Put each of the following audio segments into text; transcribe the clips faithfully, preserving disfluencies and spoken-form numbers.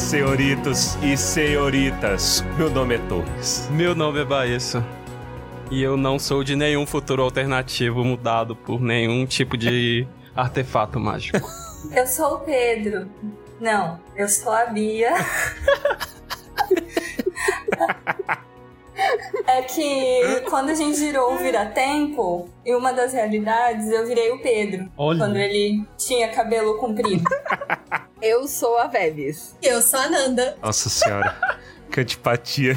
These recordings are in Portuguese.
senhoritos e senhoritas. Meu nome é Torres. Meu nome é Baesso. E eu não sou de nenhum futuro alternativo mudado por nenhum tipo de artefato mágico. Eu sou o Pedro. Não, eu sou a Bia. É que quando a gente girou o Vira-Tempo, em uma das realidades, eu virei o Pedro. Olha. Quando ele tinha cabelo comprido. Eu sou a Vebs. Eu sou a Nanda. Nossa senhora, que antipatia.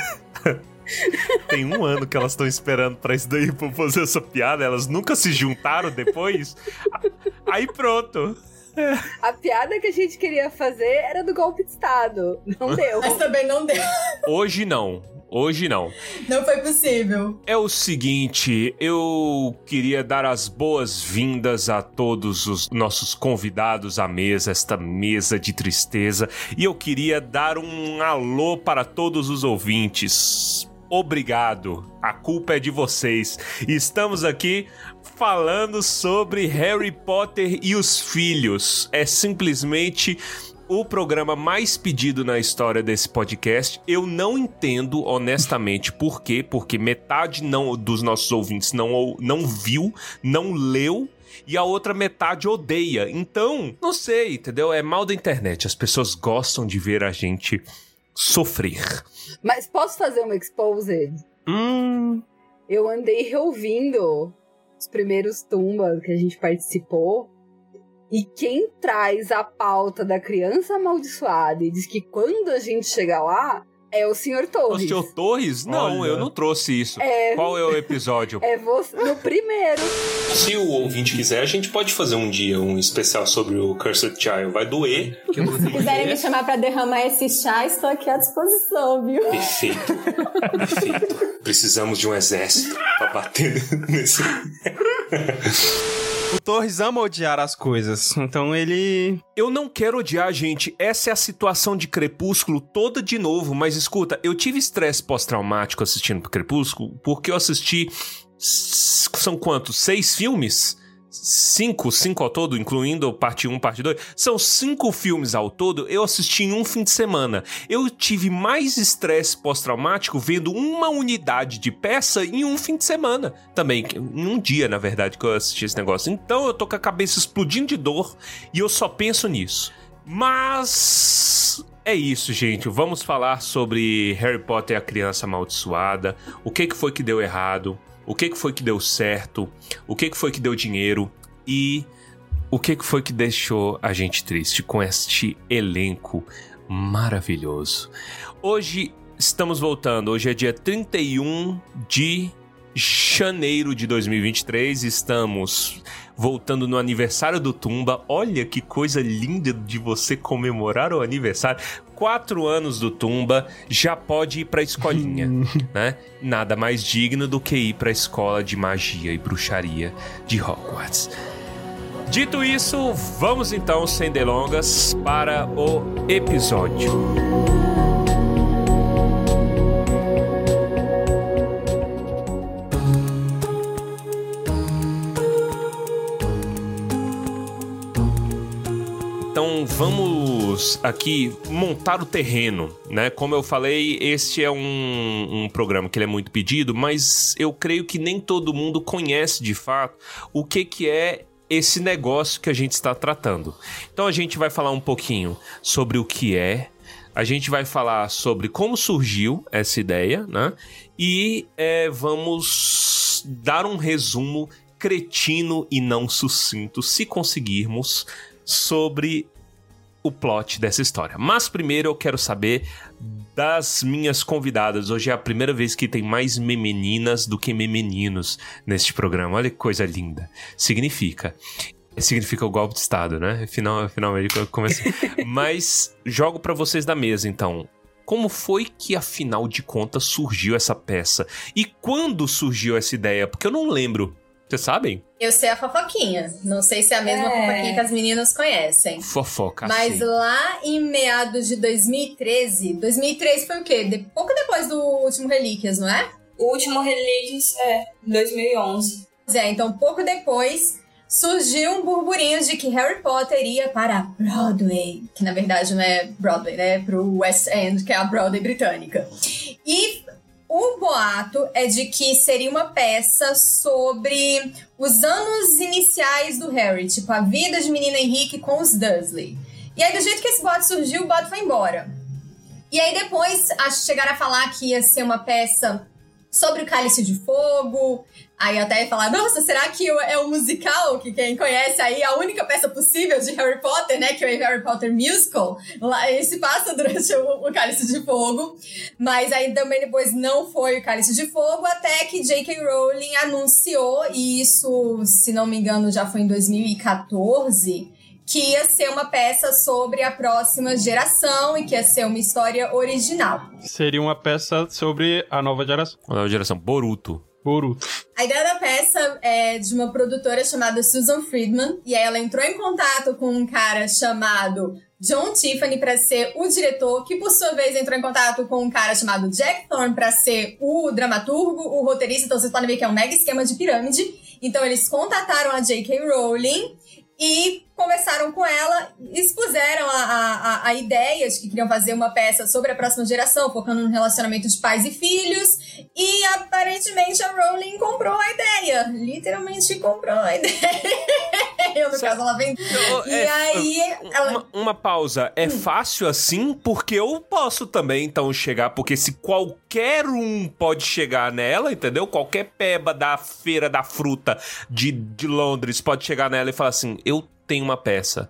Tem um ano que elas estão esperando pra isso daí, pra fazer essa piada. Elas nunca se juntaram depois. Aí pronto. A piada que a gente queria fazer era do golpe de Estado. Não deu. Mas também não deu. Hoje não. Hoje não. Não foi possível. É o seguinte, eu queria dar as boas-vindas a todos os nossos convidados à mesa, esta mesa de tristeza. E eu queria dar um alô para todos os ouvintes. Obrigado, a culpa é de vocês. Estamos aqui falando sobre Harry Potter e os Filhos. É simplesmente o programa mais pedido na história desse podcast. Eu não entendo, honestamente, por quê. Porque metade não, dos nossos ouvintes não, não viu, não leu, e a outra metade odeia. Então, não sei, entendeu? É mal da internet. As pessoas gostam de ver a gente sofrer. Mas posso fazer uma expose? Hum... Eu andei reouvindo os primeiros Tumbas que a gente participou. E quem traz a pauta da criança amaldiçoada e diz que quando a gente chegar lá, é o senhor Torres. O senhor Torres? Não, Olha. eu não trouxe isso. É... Qual é o episódio? É você, no primeiro. Se o ouvinte quiser, a gente pode fazer um dia um especial sobre o Cursed Child. Vai doer. Se quiserem me chamar pra derramar esse chá, estou aqui à disposição, viu? Perfeito. Perfeito. Precisamos de um exército pra bater nesse... O Torres ama odiar as coisas, então ele... Eu não quero odiar, gente. Essa é a situação de Crepúsculo toda de novo. Mas escuta, eu tive estresse pós-traumático assistindo Crepúsculo porque eu assisti... São quantos? Seis filmes? Cinco, cinco ao todo, incluindo parte um, parte dois. São cinco filmes ao todo, eu assisti em um fim de semana. Eu tive mais estresse pós-traumático vendo uma unidade de peça em um fim de semana. Também, em um dia, na verdade, que eu assisti esse negócio. Então eu tô com a cabeça explodindo de dor e eu só penso nisso. Mas... é isso, gente. Vamos falar sobre Harry Potter e a Criança Amaldiçoada. O que que foi que deu errado? O que que foi que deu certo? O que que foi que deu dinheiro? E o que que foi que deixou a gente triste com este elenco maravilhoso? Hoje estamos voltando. Hoje é dia trinta e um de janeiro de dois mil e vinte e três. Estamos voltando no aniversário do Tumba. Olha que coisa linda de você comemorar o aniversário. Quatro anos do Tumba, já pode ir pra escolinha, né? Nada mais digno do que ir pra escola de magia e bruxaria de Hogwarts. Dito isso, vamos então, sem delongas, para o episódio. Então vamos aqui montar o terreno, né? Como eu falei, este é um, um programa que ele é muito pedido, mas eu creio que nem todo mundo conhece de fato o que, que é esse negócio que a gente está tratando. Então a gente vai falar um pouquinho sobre o que é, a gente vai falar sobre como surgiu essa ideia, né? E é, vamos dar um resumo cretino e não sucinto, se conseguirmos, sobre o plot dessa história. Mas primeiro eu quero saber das minhas convidadas. Hoje é a primeira vez que tem mais memeninas do que memeninos neste programa. Olha que coisa linda. Significa... Significa o golpe de Estado, né? Final, finalmente eu comecei. Mas jogo pra vocês da mesa, então. Como foi que, afinal de contas, surgiu essa peça? E quando surgiu essa ideia? Porque eu não lembro. Vocês sabem? Eu sei a fofoquinha. Não sei se é a mesma É. fofoquinha que as meninas conhecem. Fofoca, Mas assim. lá em meados de dois mil e treze... dois mil e treze foi o quê? De- pouco depois do último Relíquias, não é? O último Relíquias é dois mil e onze. Pois é, então pouco depois surgiu um burburinho de que Harry Potter ia para Broadway, que na verdade não é Broadway, né? Pro West End, que é a Broadway britânica. E o boato é de que seria uma peça sobre os anos iniciais do Harry, tipo a vida de menino Henrique com os Dursley. E aí, do jeito que esse boato surgiu, o boato foi embora. E aí depois acho que chegaram a falar que ia ser uma peça sobre o Cálice de Fogo. Aí até ia falar, nossa, será que é um musical? Que quem conhece aí, a única peça possível de Harry Potter, né? Que é o Harry Potter Musical. Lá, ele se passa durante o, o Cálice de Fogo. Mas aí também depois não foi o Cálice de Fogo, até que J K. Rowling anunciou, e isso, se não me engano, já foi em dois mil e catorze... que ia ser uma peça sobre a próxima geração e que ia ser uma história original. Seria uma peça sobre a nova geração. A nova geração, Boruto. Boruto. A ideia da peça é de uma produtora chamada Susan Friedman, e aí ela entrou em contato com um cara chamado John Tiffany para ser o diretor, que por sua vez entrou em contato com um cara chamado Jack Thorne para ser o dramaturgo, o roteirista. Então vocês podem ver que é um mega esquema de pirâmide. Então eles contataram a J K. Rowling e conversaram com ela, expuseram a, a, a ideia de que queriam fazer uma peça sobre a próxima geração, focando no relacionamento de pais e filhos, e aparentemente a Rowling comprou a ideia. Literalmente comprou a ideia. No caso, ela vendeu. E é, aí... Ela... Uma, uma pausa. É hum. fácil assim? Porque eu posso também, então, chegar, porque se qualquer um pode chegar nela, entendeu? Qualquer peba da feira da fruta de, de Londres pode chegar nela e falar assim, eu tenho uma peça.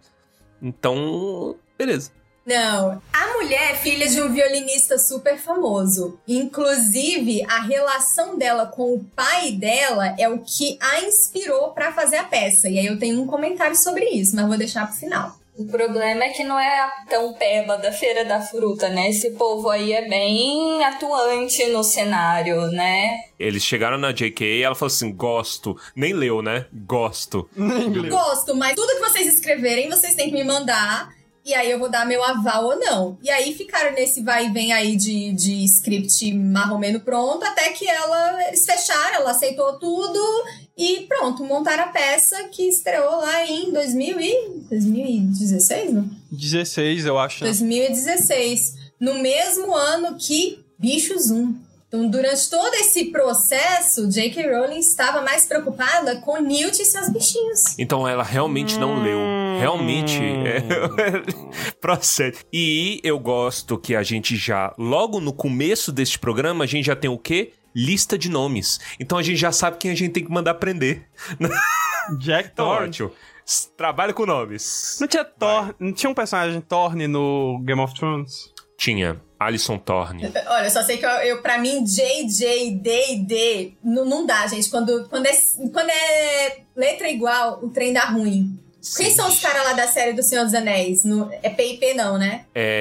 Então, beleza. Não, a mulher é filha de um violinista super famoso. Inclusive, a relação dela com o pai dela é o que a inspirou pra fazer a peça. E aí eu tenho um comentário sobre isso, mas vou deixar pro final. O problema é que não é tão peba da Feira da Fruta, né? Esse povo aí é bem atuante no cenário, né? Eles chegaram na J K e ela falou assim, gosto. Nem leu, né? Gosto. Gosto, mas tudo que vocês escreverem, vocês têm que me mandar. E aí eu vou dar meu aval ou não. E aí ficaram nesse vai e vem aí de, de script marromeno pronto, até que ela, eles fecharam, ela aceitou tudo e pronto, montaram a peça que estreou lá em dois mil e dezesseis, não? dezesseis, eu acho. dois mil e dezesseis, no mesmo ano que Bichos um. Então, durante todo esse processo, J K. Rowling estava mais preocupada com Newt e seus bichinhos. Então, ela realmente não leu. Realmente. É... Procede. E eu gosto que a gente já, logo no começo deste programa, a gente já tem o quê? Lista de nomes. Então, a gente já sabe quem a gente tem que mandar prender. Jack Thorne. Ótimo. Trabalha com nomes. Não tinha Thor... Não tinha um personagem Thorne no Game of Thrones? Tinha. Alison Thorne. Olha, eu só sei que eu, eu pra mim, J J, D e D, não, não dá, gente. Quando, quando, é, quando é letra igual, o trem dá ruim. Sim. Quem são os caras lá da série do Senhor dos Anéis? No, é P I P não, né?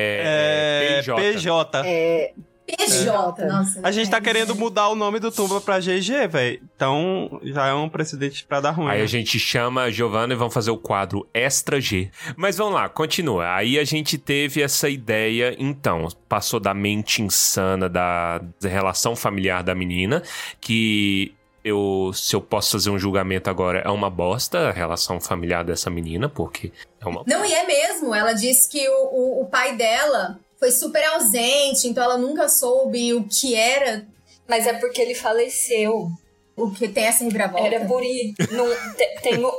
É... é P J. É... P J, é. Nossa. A gente tá querendo mudar o nome do Tumblr pra G G, velho. Então, já é um precedente pra dar ruim. Aí a gente chama a Giovanna e vamos fazer o quadro Extra G. Mas vamos lá, continua. Aí a gente teve essa ideia, então, passou da mente insana da relação familiar da menina, que... Eu, se eu posso fazer um julgamento agora, é uma bosta a relação familiar dessa menina, porque é uma... Não, e é mesmo. Ela disse que o, o, o pai dela foi super ausente, então ela nunca soube o que era. Mas é porque ele faleceu. O que tem essa reviravolta? Era por ir. Não, te, tem o...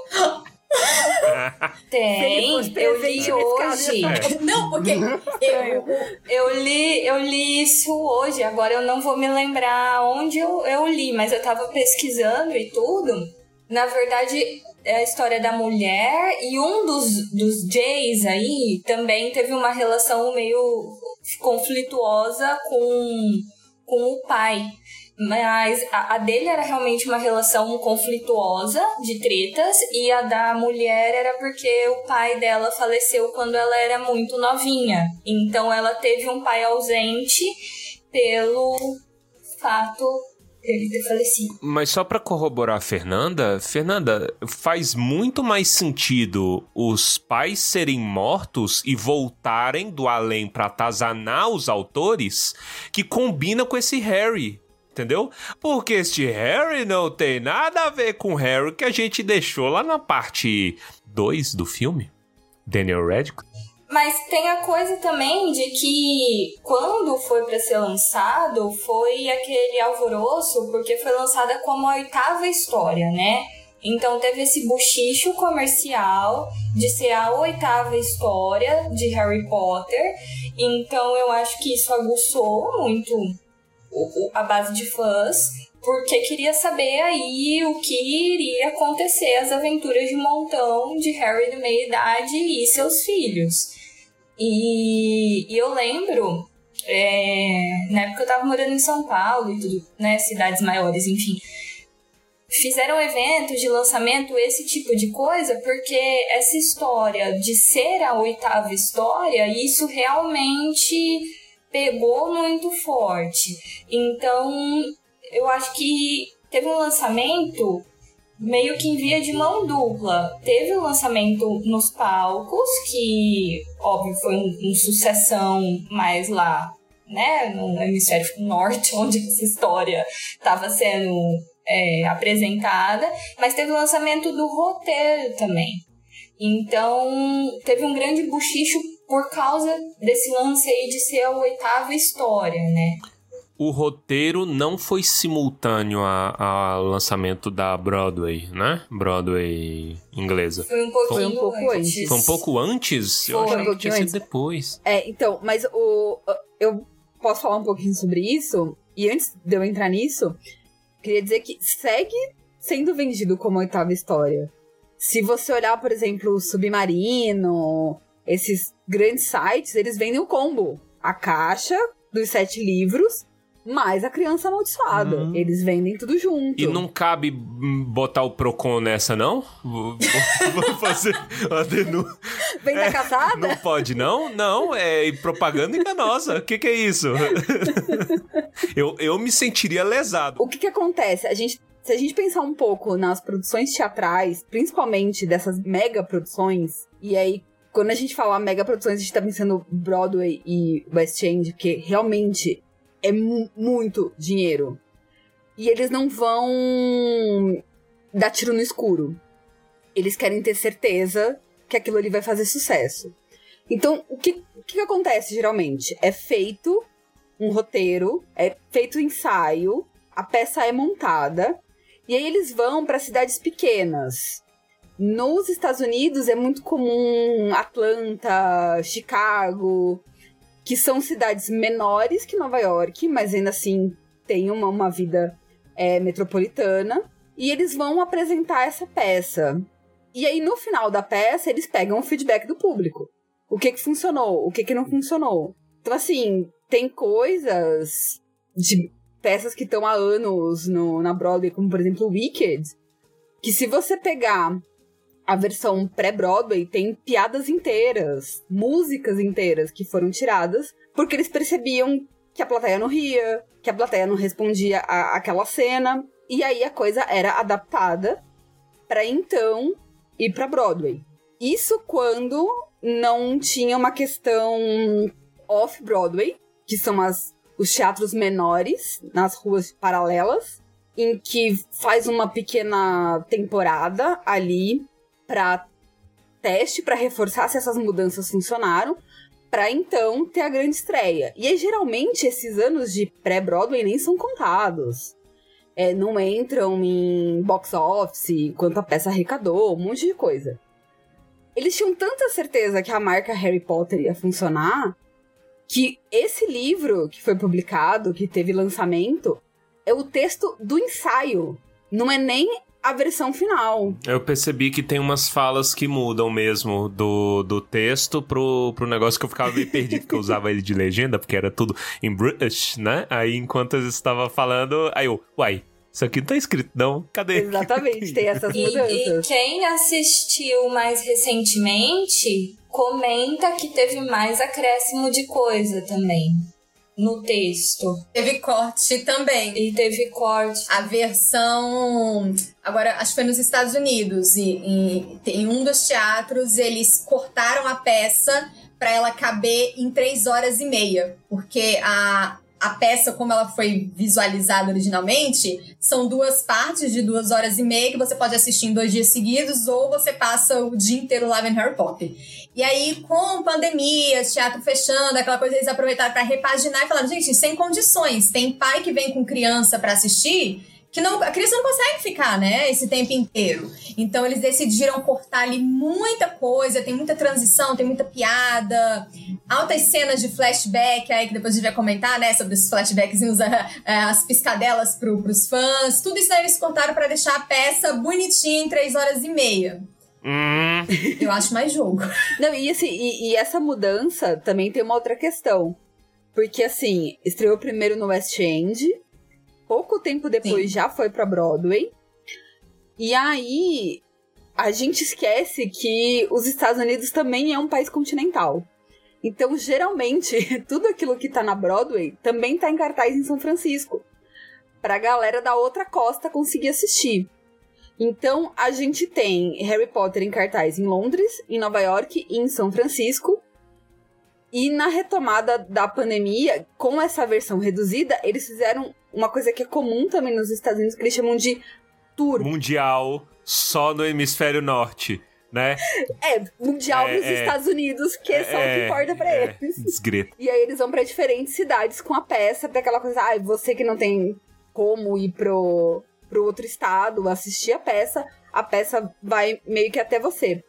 Tem, eu li hoje. Não, porque eu, eu li, eu li isso hoje. Agora eu não vou me lembrar onde eu, eu li, mas eu tava pesquisando e tudo. Na verdade, é a história da mulher e um dos, dos Jays aí também teve uma relação meio conflituosa com, com o pai. Mas a, a dele era realmente uma relação conflituosa, de tretas, e a da mulher era porque o pai dela faleceu quando ela era muito novinha. Então ela teve um pai ausente pelo fato dele ter falecido. Mas só pra corroborar a Fernanda, Fernanda, faz muito mais sentido os pais serem mortos e voltarem do além pra atazanar os autores, que combina com esse Harry. entendeu? Porque este Harry não tem nada a ver com o Harry que a gente deixou lá na parte dois do filme. Daniel Radcliffe. Mas tem a coisa também de que quando foi pra ser lançado, foi aquele alvoroço, porque foi lançada como a oitava história, né? Então teve esse buchicho comercial de ser a oitava história de Harry Potter. Então eu acho que isso aguçou muito a base de fãs, porque queria saber aí o que iria acontecer, as aventuras de montão de Harry de meia-idade e seus filhos. E, e eu lembro, é, na época eu tava morando em São Paulo e tudo, né, cidades maiores, enfim. Fizeram eventos de lançamento, esse tipo de coisa, porque essa história de ser a oitava história, isso realmente pegou muito forte. Então, eu acho que teve um lançamento meio que em via de mão dupla. Teve o um lançamento nos palcos, que, óbvio, foi um, um sucessão mais lá, né, no hemisfério norte, onde essa história estava sendo é, apresentada, mas teve o lançamento do roteiro também. Então, teve um grande buchicho por causa desse lance aí de ser a oitava história, né? O roteiro não foi simultâneo ao lançamento da Broadway, né? Broadway inglesa. Foi um pouquinho foi um pouco antes. antes. Foi um pouco antes? Foi. Eu achei Foi um que tinha sido antes. depois. É, então, mas o eu posso falar um pouquinho sobre isso? E antes de eu entrar nisso, queria dizer que segue sendo vendido como oitava história. Se você olhar, por exemplo, o Submarino, esses grandes sites, eles vendem o combo. A caixa dos sete livros, mais a Criança Amaldiçoada. Uhum. Eles vendem tudo junto. E não cabe botar o Procon nessa, não? Vou, vou fazer uma denúncia. Venda É, casada? não pode, não? Não, é propaganda enganosa. O que, que é isso? eu, eu me sentiria lesado. O que que acontece? A gente, se a gente pensar um pouco nas produções teatrais, principalmente dessas mega produções, e aí, quando a gente fala mega produções, a gente tá pensando Broadway e West End, que realmente é mu- muito dinheiro. E eles não vão dar tiro no escuro. Eles querem ter certeza que aquilo ali vai fazer sucesso. Então, o que, o que acontece geralmente? É feito um roteiro, é feito um ensaio, a peça é montada, e aí eles vão para cidades pequenas. Nos Estados Unidos é muito comum Atlanta, Chicago, que são cidades menores que Nova York, mas ainda assim tem uma, uma vida é, metropolitana. E eles vão apresentar essa peça. E aí, no final da peça, eles pegam o feedback do público. O que que funcionou, o que que não funcionou. Então, assim, tem coisas de peças que estão há anos no, na Broadway, como, por exemplo, Wicked, que se você pegar a versão pré-Broadway, tem piadas inteiras, músicas inteiras que foram tiradas, porque eles percebiam que a plateia não ria, que a plateia não respondia a, àquela cena, e aí a coisa era adaptada para então ir para Broadway. Isso quando não tinha uma questão off-Broadway, que são as, os teatros menores, nas ruas paralelas, em que faz uma pequena temporada ali para teste, para reforçar se essas mudanças funcionaram, para então ter a grande estreia. E aí, geralmente, esses anos de pré-Broadway nem são contados. É, não entram em box office, quanto a peça arrecadou, um monte de coisa. Eles tinham tanta certeza que a marca Harry Potter ia funcionar, que esse livro que foi publicado, que teve lançamento, é o texto do ensaio. Não é nem a versão final. Eu percebi que tem umas falas que mudam mesmo do, do texto pro, pro negócio, que eu ficava meio perdido, porque eu usava ele de legenda, porque era tudo em British, né? Aí, enquanto eu estava falando, aí eu, uai, isso aqui não tá escrito, não? Cadê? Exatamente, tem essas E, mudanças. e quem assistiu mais recentemente comenta que teve mais acréscimo de coisa também no texto. Teve corte também. E teve corte. A versão... Agora, acho que foi nos Estados Unidos. E, em, em um dos teatros, eles cortaram a peça para ela caber em três horas e meia. Porque a, a peça, como ela foi visualizada originalmente, são duas partes de duas horas e meia que você pode assistir em dois dias seguidos, ou você passa o dia inteiro lá vendo Harry Potter. E aí, com pandemia, teatro fechando, aquela coisa, eles aproveitaram para repaginar e falaram, gente, sem condições. Tem pai que vem com criança para assistir, que não, a criança não consegue ficar, né, esse tempo inteiro. Então, eles decidiram cortar ali muita coisa, tem muita transição, tem muita piada, altas cenas de flashback aí, que depois a gente vai comentar, né, sobre os flashbacks e as piscadelas pro, pros fãs. Tudo isso aí eles cortaram pra deixar a peça bonitinha em três horas e meia. Hum. Eu acho mais jogo. Não, e assim, e, e essa mudança também tem uma outra questão. Porque, assim, estreou primeiro no West End, pouco tempo depois Sim. já foi pra Broadway. E aí, a gente esquece que os Estados Unidos também é um país continental. Então, geralmente, tudo aquilo que tá na Broadway também tá em cartaz em São Francisco, pra galera da outra costa conseguir assistir. Então, a gente tem Harry Potter em cartaz em Londres, em Nova York e em São Francisco. E na retomada da pandemia, com essa versão reduzida, eles fizeram uma coisa que é comum também nos Estados Unidos, que eles chamam de tour. Mundial, só no hemisfério norte, né? É, mundial é, nos é, Estados Unidos, que é só o que importa pra é, eles. Desgrito. E aí eles vão pra diferentes cidades com a peça, pra aquela coisa, ah, você que não tem como ir pro, pro outro estado assistir a peça, a peça vai meio que até você.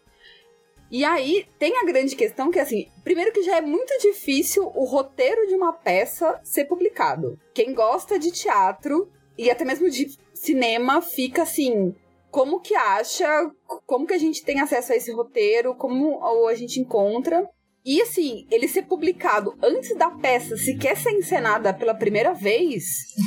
E aí, tem a grande questão que, assim, primeiro que já é muito difícil o roteiro de uma peça ser publicado. Quem gosta de teatro, e até mesmo de cinema, fica assim, como que acha, como que a gente tem acesso a esse roteiro, como ou a gente encontra. E, assim, ele ser publicado antes da peça sequer ser encenada pela primeira vez...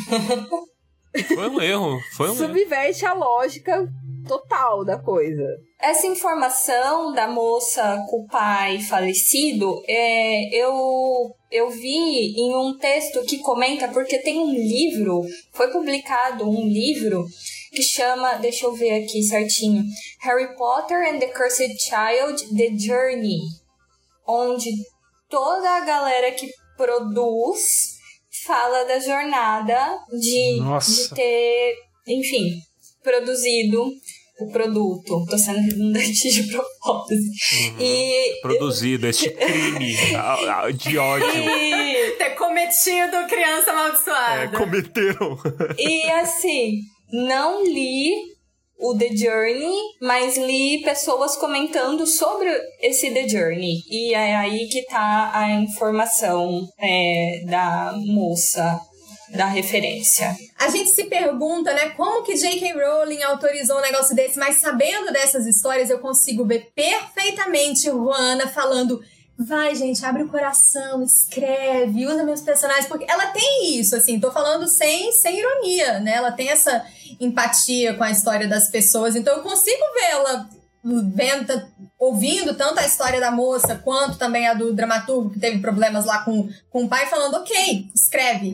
Foi um erro, foi um subverte erro. a lógica total da coisa. Essa informação da moça com o pai falecido, é, eu, eu vi em um texto que comenta, porque tem um livro, foi publicado um livro que chama, deixa eu ver aqui certinho, Harry Potter and the Cursed Child, The Journey, onde toda a galera que produz fala da jornada de, de ter, enfim, produzido o produto. Tô sendo redundante de propósito. Uhum. E produzido este crime de ódio. E... ter cometido criança amaldiçoada. É, cometeram. E assim, não li o The Journey, mas li pessoas comentando sobre esse The Journey. E é aí que tá a informação é, da moça, da referência. A gente se pergunta, né, como que J K. Rowling autorizou um negócio desse, mas sabendo dessas histórias eu consigo ver perfeitamente Ruana falando... Vai, gente, abre o coração, escreve, usa meus personagens, porque ela tem isso, assim, tô falando sem, sem ironia, né? Ela tem essa empatia com a história das pessoas, então eu consigo vê-la vendo, ouvindo tanto a história da moça, quanto também a do dramaturgo que teve problemas lá com, com o pai, falando, ok, escreve.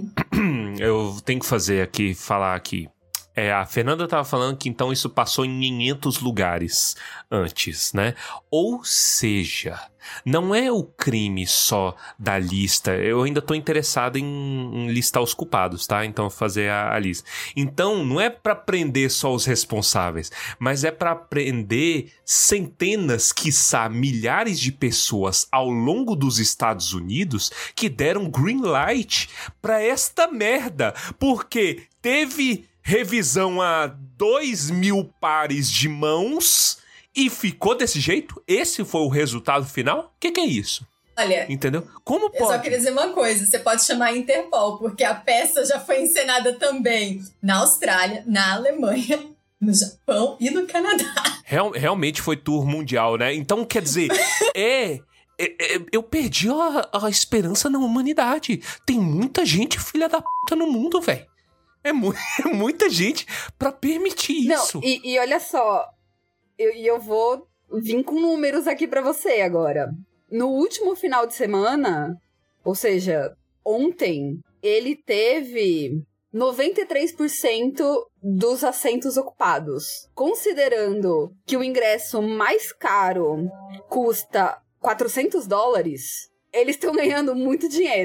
Eu tenho que fazer aqui, falar aqui. É, a Fernanda tava falando que então isso passou em quinhentos lugares antes, né? Ou seja, não é o crime só da lista. Eu ainda tô interessado em, em listar os culpados, tá? Então fazer a, a lista. Então não é pra prender só os responsáveis, mas é pra prender centenas, quiçá milhares de pessoas ao longo dos Estados Unidos que deram green light pra esta merda. Porque teve... revisão a dois mil pares de mãos e ficou desse jeito? Esse foi o resultado final? O que, que é isso? Olha... Entendeu? Como pode? Eu só queria dizer uma coisa. Você pode chamar a Interpol, porque a peça já foi encenada também na Austrália, na Alemanha, no Japão e no Canadá. Real, realmente foi tour mundial, né? Então, quer dizer, é... É, é, eu perdi a, a esperança na humanidade. Tem muita gente filha da puta no mundo, velho. É, mu- é muita gente pra permitir Não, isso. E, e olha só, eu, eu vou vir com números aqui pra você agora. No último final de semana, ou seja, ontem, ele teve noventa e três por cento dos assentos ocupados. Considerando que o ingresso mais caro custa quatrocentos dólares, eles estão ganhando muito dinheiro.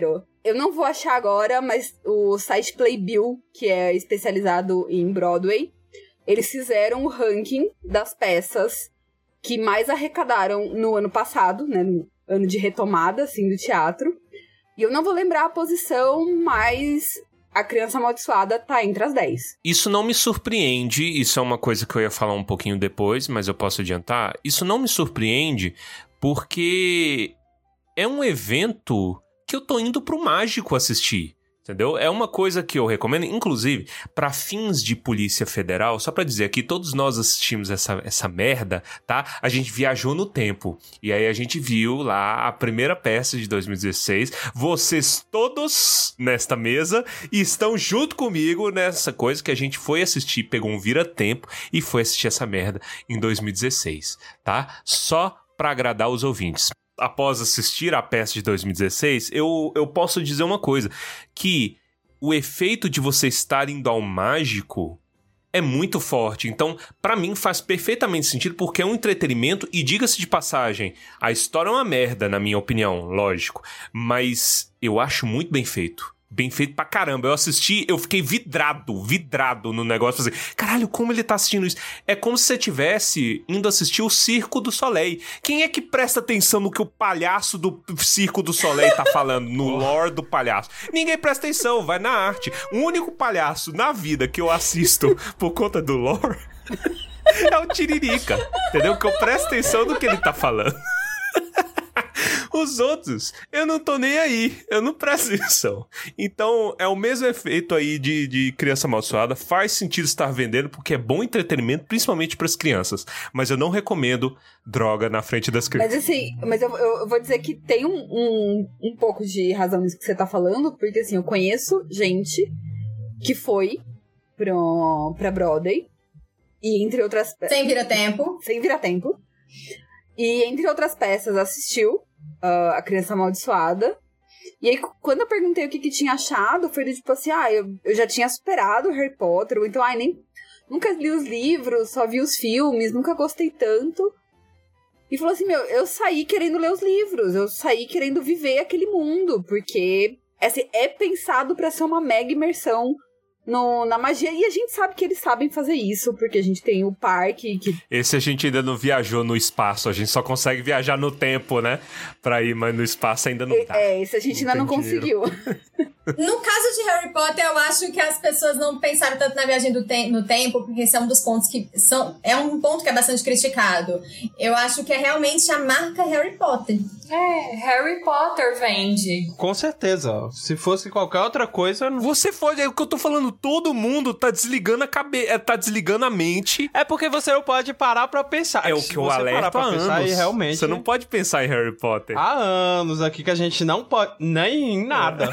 eu não vou achar agora, mas o site Playbill, que é especializado em Broadway, eles fizeram o ranking das peças que mais arrecadaram no ano passado, né, no ano de retomada, assim, do teatro. E eu não vou lembrar a posição, mas A Criança Amaldiçoada tá entre as dez. Isso não me surpreende, isso é uma coisa que eu ia falar um pouquinho depois, mas eu posso adiantar. Isso não me surpreende porque é um evento que eu tô indo pro mágico assistir. Entendeu? É uma coisa que eu recomendo, inclusive, pra fins de Polícia Federal, só pra dizer aqui, todos nós assistimos essa, essa merda, tá? A gente viajou no tempo, e aí a gente viu lá a primeira peça de dois mil e dezesseis, vocês todos nesta mesa estão junto comigo nessa coisa que a gente foi assistir, pegou um vira-tempo e foi assistir essa merda em dois mil e dezesseis, tá? Só pra agradar os ouvintes. Após assistir a peça de dois mil e dezesseis, eu, eu posso dizer uma coisa, que o efeito de você estar indo ao mágico é muito forte. Então, pra mim, faz perfeitamente sentido, porque é um entretenimento, e diga-se de passagem, a história é uma merda, na minha opinião, lógico, mas eu acho muito bem feito. Bem feito pra caramba. Eu assisti, eu fiquei vidrado, vidrado no negócio. Fazer, caralho, como ele tá assistindo isso? É como se você tivesse indo assistir o Circo do Soleil. Quem é que presta atenção no que o palhaço do Circo do Soleil tá falando? No lore do palhaço? Ninguém presta atenção, vai na arte. O único palhaço na vida que eu assisto por conta do lore é o Tiririca. Entendeu? Que eu presto atenção no que ele tá falando. Os outros, eu não tô nem aí, eu não presto atenção. Então, é o mesmo efeito aí de, de Criança Amaldiçoada. Faz sentido estar vendendo, porque é bom entretenimento, principalmente pras crianças. Mas eu não recomendo droga na frente das crianças. Mas assim, mas eu, eu vou dizer que tem um, um, um pouco de razão nisso que você tá falando, porque assim, eu conheço gente que foi pro, pra Broadway, e entre outras... Sem vira-tempo. Sem vira-tempo. E entre outras peças assistiu uh, A Criança Amaldiçoada. E aí, quando eu perguntei o que, que tinha achado, foi do tipo assim, ah, eu, eu já tinha superado o Harry Potter, ou então, ah, nem, nunca li os livros, só vi os filmes, nunca gostei tanto. E falou assim, meu, eu saí querendo ler os livros, eu saí querendo viver aquele mundo, porque assim, é pensado pra ser uma mega imersão No, na magia, e a gente sabe que eles sabem fazer isso, porque a gente tem o parque que... Esse a gente ainda não viajou no espaço, a gente só consegue viajar no tempo, né? Pra ir, mas no espaço ainda não dá. É, esse a gente não ainda não conseguiu. No caso de Harry Potter, eu acho que as pessoas não pensaram tanto na viagem do te- no tempo, porque esse é um dos pontos que são... É um ponto que é bastante criticado. Eu acho que é realmente a marca Harry Potter. É, Harry Potter vende. Com certeza. Se fosse qualquer outra coisa... Não... Você foi, é o que eu tô falando, todo mundo tá desligando a cabeça, tá desligando a mente. É porque você não pode parar pra pensar. É o que eu alerto há anos. Pensar, realmente... Você não pode pensar em Harry Potter. Há anos aqui que a gente não pode... Nem em nada.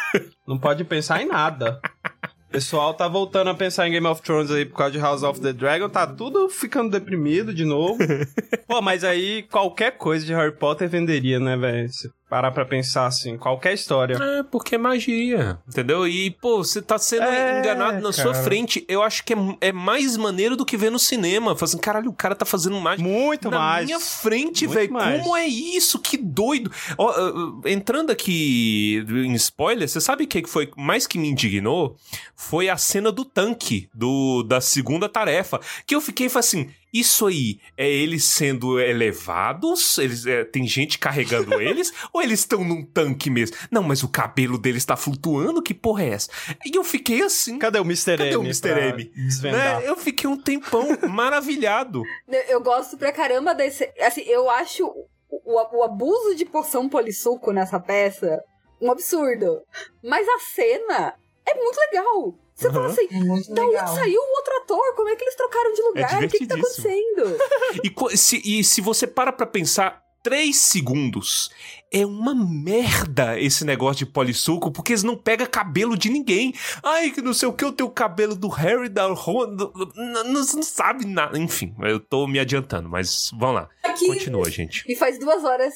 Não pode pensar em nada. O pessoal tá voltando a pensar em Game of Thrones aí por causa de House of the Dragon. Tá tudo ficando deprimido de novo. Pô, mas aí qualquer coisa de Harry Potter venderia, né, velho? Se parar pra pensar assim, qualquer história. É, porque é magia, entendeu? E, pô, você tá sendo é, enganado na cara. sua frente. Eu acho que é, é mais maneiro do que ver no cinema. Fala assim, caralho, o cara tá fazendo mágica muito na mais. minha frente, velho. Como é isso? Que doido. Ó, uh, entrando aqui em spoiler, você sabe o que foi mais que me indignou? Foi a cena do tanque, do, da segunda tarefa. Que eu fiquei e falei assim... Isso aí, é eles sendo elevados? Eles, é, tem gente carregando eles? Ou eles estão num tanque mesmo? Não, mas o cabelo deles tá flutuando? Que porra é essa? E eu fiquei assim... Cadê o mister Cadê M? Cadê o mister M? Né? Eu fiquei um tempão maravilhado. Eu gosto pra caramba desse... Assim, eu acho o, o abuso de poção polissuco nessa peça um absurdo. Mas a cena é muito legal. Você uhum. fala assim, é da onde saiu o outro ator? Como é que eles trocaram de lugar? É o que que tá acontecendo? e, se, e se você para pra pensar, três segundos, é uma merda esse negócio de polissuco, porque eles não pegam cabelo de ninguém. Ai, que não sei o que, eu tenho o cabelo do Harry, da Ron, do, não, não, não sabe nada. Enfim, eu tô me adiantando, mas vamos lá. Aqui, continua, gente. E faz duas horas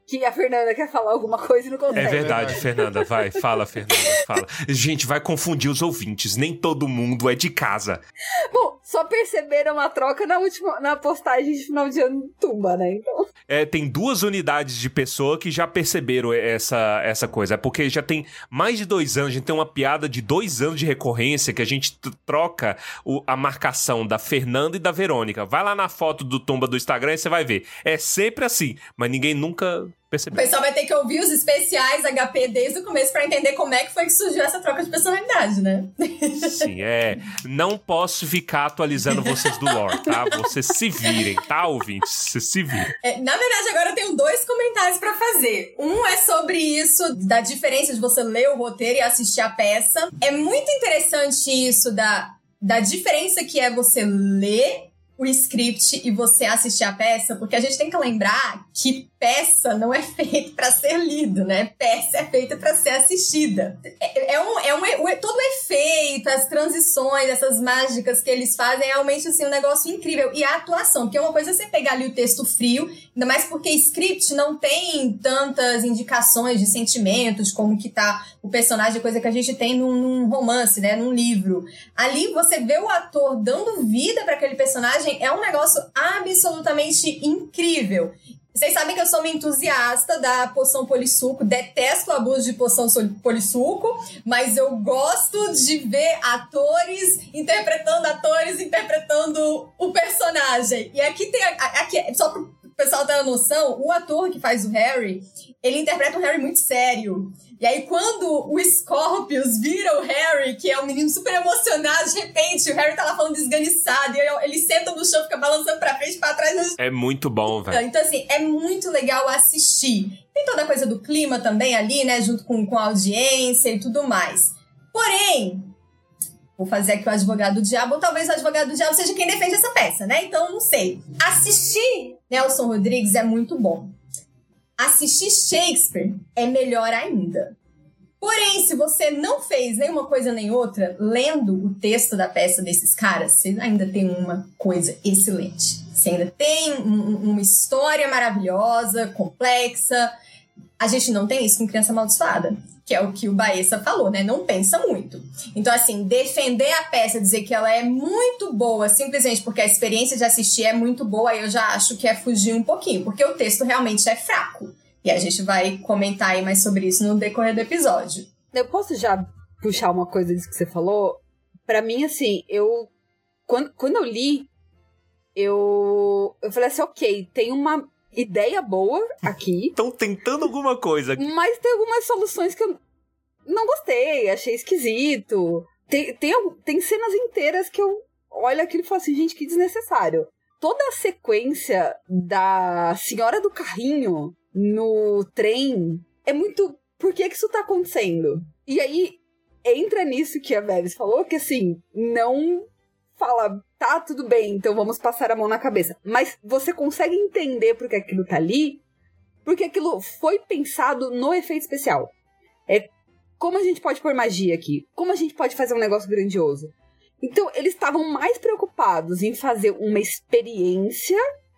que a Fernanda quer falar alguma coisa e não consegue. É verdade, Fernanda. Vai, fala, Fernanda, fala. Gente, vai confundir os ouvintes. Nem todo mundo é de casa. Bom, só perceberam a troca na última, na postagem de final de ano do Tumba, né? Então... É, tem duas unidades de pessoa que já perceberam essa, essa coisa. É porque já tem mais de dois anos, a gente tem uma piada de dois anos de recorrência que a gente t- troca o, a marcação da Fernanda e da Verônica. Vai lá na foto do Tumba do Instagram e você vai ver. É sempre assim, mas ninguém nunca... O pessoal vai ter que ouvir os especiais H P desde o começo pra entender como é que foi que surgiu essa troca de personalidade, né? Sim, é. Não posso ficar atualizando vocês do lore, tá? Vocês se virem, tá, ouvintes? Vocês se virem. É, na verdade, agora eu tenho dois comentários pra fazer. Um é sobre isso, da diferença de você ler o roteiro e assistir a peça. É muito interessante isso da, da diferença que é você ler o script e você assistir a peça, porque a gente tem que lembrar que peça não é feita pra ser lido, né? Peça é feita pra ser assistida. É, é um, é um, é, todo o efeito, as transições, essas mágicas que eles fazem, é realmente assim, um negócio incrível. E a atuação, porque uma coisa é você pegar ali o texto frio, ainda mais porque script não tem tantas indicações de sentimentos, como que tá o personagem, coisa que a gente tem num, num romance, né? Num livro. Ali você vê o ator dando vida pra aquele personagem, é um negócio absolutamente incrível. Vocês sabem que eu sou uma entusiasta da poção polissuco, detesto o abuso de poção polissuco, mas eu gosto de ver atores interpretando atores, interpretando o personagem. E aqui tem, aqui, só pro pessoal ter uma noção, o ator que faz o Harry, ele interpreta um Harry muito sério. E aí, quando o Scorpius vira o Harry, que é um menino super emocionado, de repente, o Harry tá lá falando desganiçado, e aí ele senta no chão, fica balançando pra frente e pra trás. É muito bom, velho. Então, assim, é muito legal assistir. Tem toda a coisa do clima também ali, né, junto com, com a audiência e tudo mais. Porém, vou fazer aqui o advogado do diabo, ou talvez o advogado do diabo seja quem defende essa peça, né? Então, não sei. Assistir Nelson Rodrigues é muito bom. Assistir Shakespeare é melhor ainda. Porém, se você não fez nenhuma coisa nem outra, lendo o texto da peça desses caras, você ainda tem uma coisa excelente. Você ainda tem um, uma história maravilhosa, complexa. A gente não tem isso com Criança Amaldiçoada, que é o que o Baessa falou, né? Não pensa muito. Então, assim, defender a peça, dizer que ela é muito boa, simplesmente porque a experiência de assistir é muito boa, aí eu já acho que é fugir um pouquinho, porque o texto realmente é fraco. E a gente vai comentar aí mais sobre isso no decorrer do episódio. Eu posso já puxar uma coisa disso que você falou? Pra mim, assim, eu... Quando, quando eu li, eu... Eu falei assim, ok, tem uma ideia boa aqui. Estão tentando alguma coisa. Mas tem algumas soluções que eu não gostei, achei esquisito. Tem, tem, tem cenas inteiras que eu olho aquilo e falo assim, gente, que desnecessário. Toda a sequência da senhora do carrinho no trem é muito... Por que que isso tá acontecendo? E aí, entra nisso que a Veves falou, que assim, não fala, tá, tudo bem, então vamos passar a mão na cabeça. Mas você consegue entender por que aquilo tá ali, porque aquilo foi pensado no efeito especial. É como a gente pode pôr magia aqui, como a gente pode fazer um negócio grandioso. Então, eles estavam mais preocupados em fazer uma experiência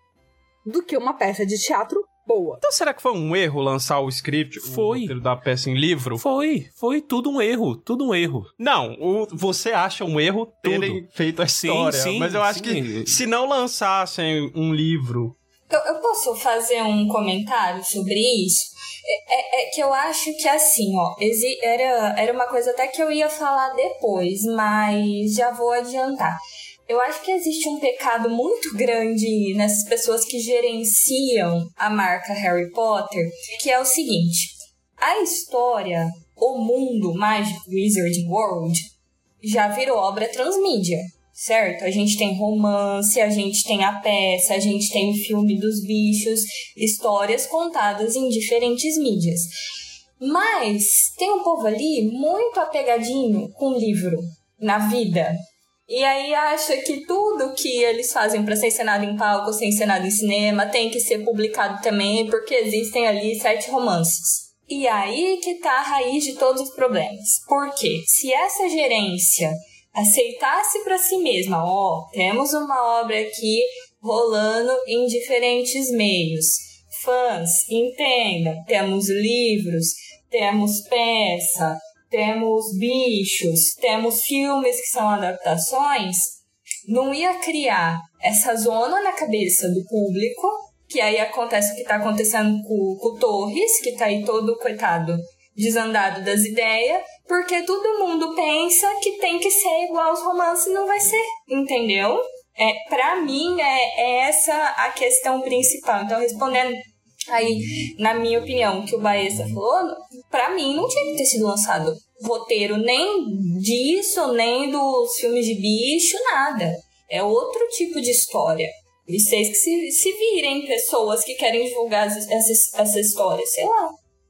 do que uma peça de teatro boa. Então será que foi um erro lançar o script, foi. o roteiro da peça em livro? Foi, foi tudo um erro, tudo um erro. Não, o, você acha um erro terem tudo. feito a história, sim, sim, mas eu acho sim. que se não lançassem um livro... Eu, eu posso fazer um comentário sobre isso? É, é, é que eu acho que assim, ó, exi- era, era uma coisa até que eu ia falar depois, mas já vou adiantar. Eu acho que existe um pecado muito grande nessas pessoas que gerenciam a marca Harry Potter, que é o seguinte: a história, o mundo mágico Wizarding World já virou obra transmídia, certo? A gente tem romance, a gente tem a peça, a gente tem o filme dos bichos, histórias contadas em diferentes mídias. Mas tem um povo ali muito apegadinho com o livro na vida. E aí acha que tudo que eles fazem para ser encenado em palco, ser encenado em cinema, tem que ser publicado também, porque existem ali sete romances. E aí que tá a raiz de todos os problemas. Porque se essa gerência aceitasse para si mesma, ó, temos uma obra aqui rolando em diferentes meios, fãs, entendam, temos livros, temos peça, temos bichos, temos filmes que são adaptações, não ia criar essa zona na cabeça do público, que aí acontece o que tá acontecendo com, com o Torres, que tá aí todo, coitado, desandado das ideias, porque todo mundo pensa que tem que ser igual aos romances e não vai ser, entendeu? É, pra mim, é, é essa a questão principal. Então, respondendo aí, na minha opinião, o que o Baessa falou, pra mim não tinha que ter sido lançado roteiro nem disso, nem dos filmes de bicho, nada. É outro tipo de história. E vocês que se, se virem, pessoas que querem divulgar essa, essa história, sei lá.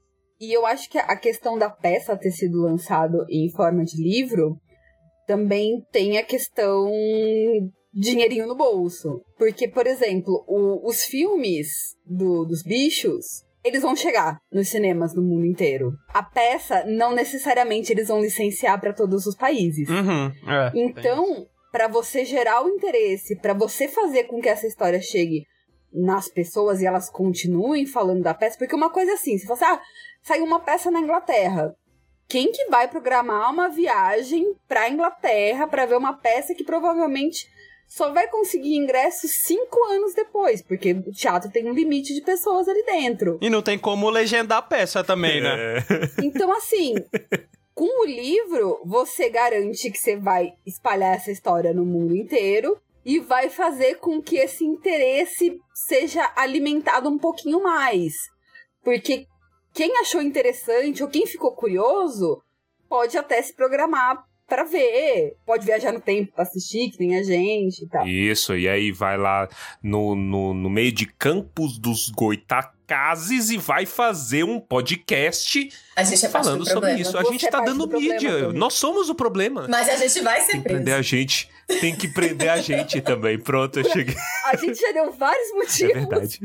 E eu acho que a questão da peça ter sido lançado em forma de livro também tem a questão dinheirinho no bolso. Porque, por exemplo, o, os filmes do, dos bichos, eles vão chegar nos cinemas no mundo inteiro. A peça, não necessariamente eles vão licenciar para todos os países. Uhum, é, então, para você gerar o interesse, para você fazer com que essa história chegue nas pessoas e elas continuem falando da peça, porque uma coisa é assim, se você, ah, saiu uma peça na Inglaterra, quem que vai programar uma viagem pra Inglaterra pra ver uma peça que provavelmente só vai conseguir ingressos cinco anos depois, porque o teatro tem um limite de pessoas ali dentro. E não tem como legendar a peça também, né? Então, assim, com o livro, você garante que você vai espalhar essa história no mundo inteiro e vai fazer com que esse interesse seja alimentado um pouquinho mais. Porque quem achou interessante ou quem ficou curioso pode até se programar pra ver. Pode viajar no tempo pra assistir, que nem a gente e tal. Isso, e aí vai lá no, no, no meio de Campos dos Goitacazes e vai fazer um podcast a gente é falando sobre problema. isso. A Você gente é tá parte dando do problema mídia. também. Nós somos o problema. Mas a gente vai ser Tem que preso. prender a gente. Tem que prender a gente também. Pronto, eu cheguei. A gente já deu vários motivos. É verdade.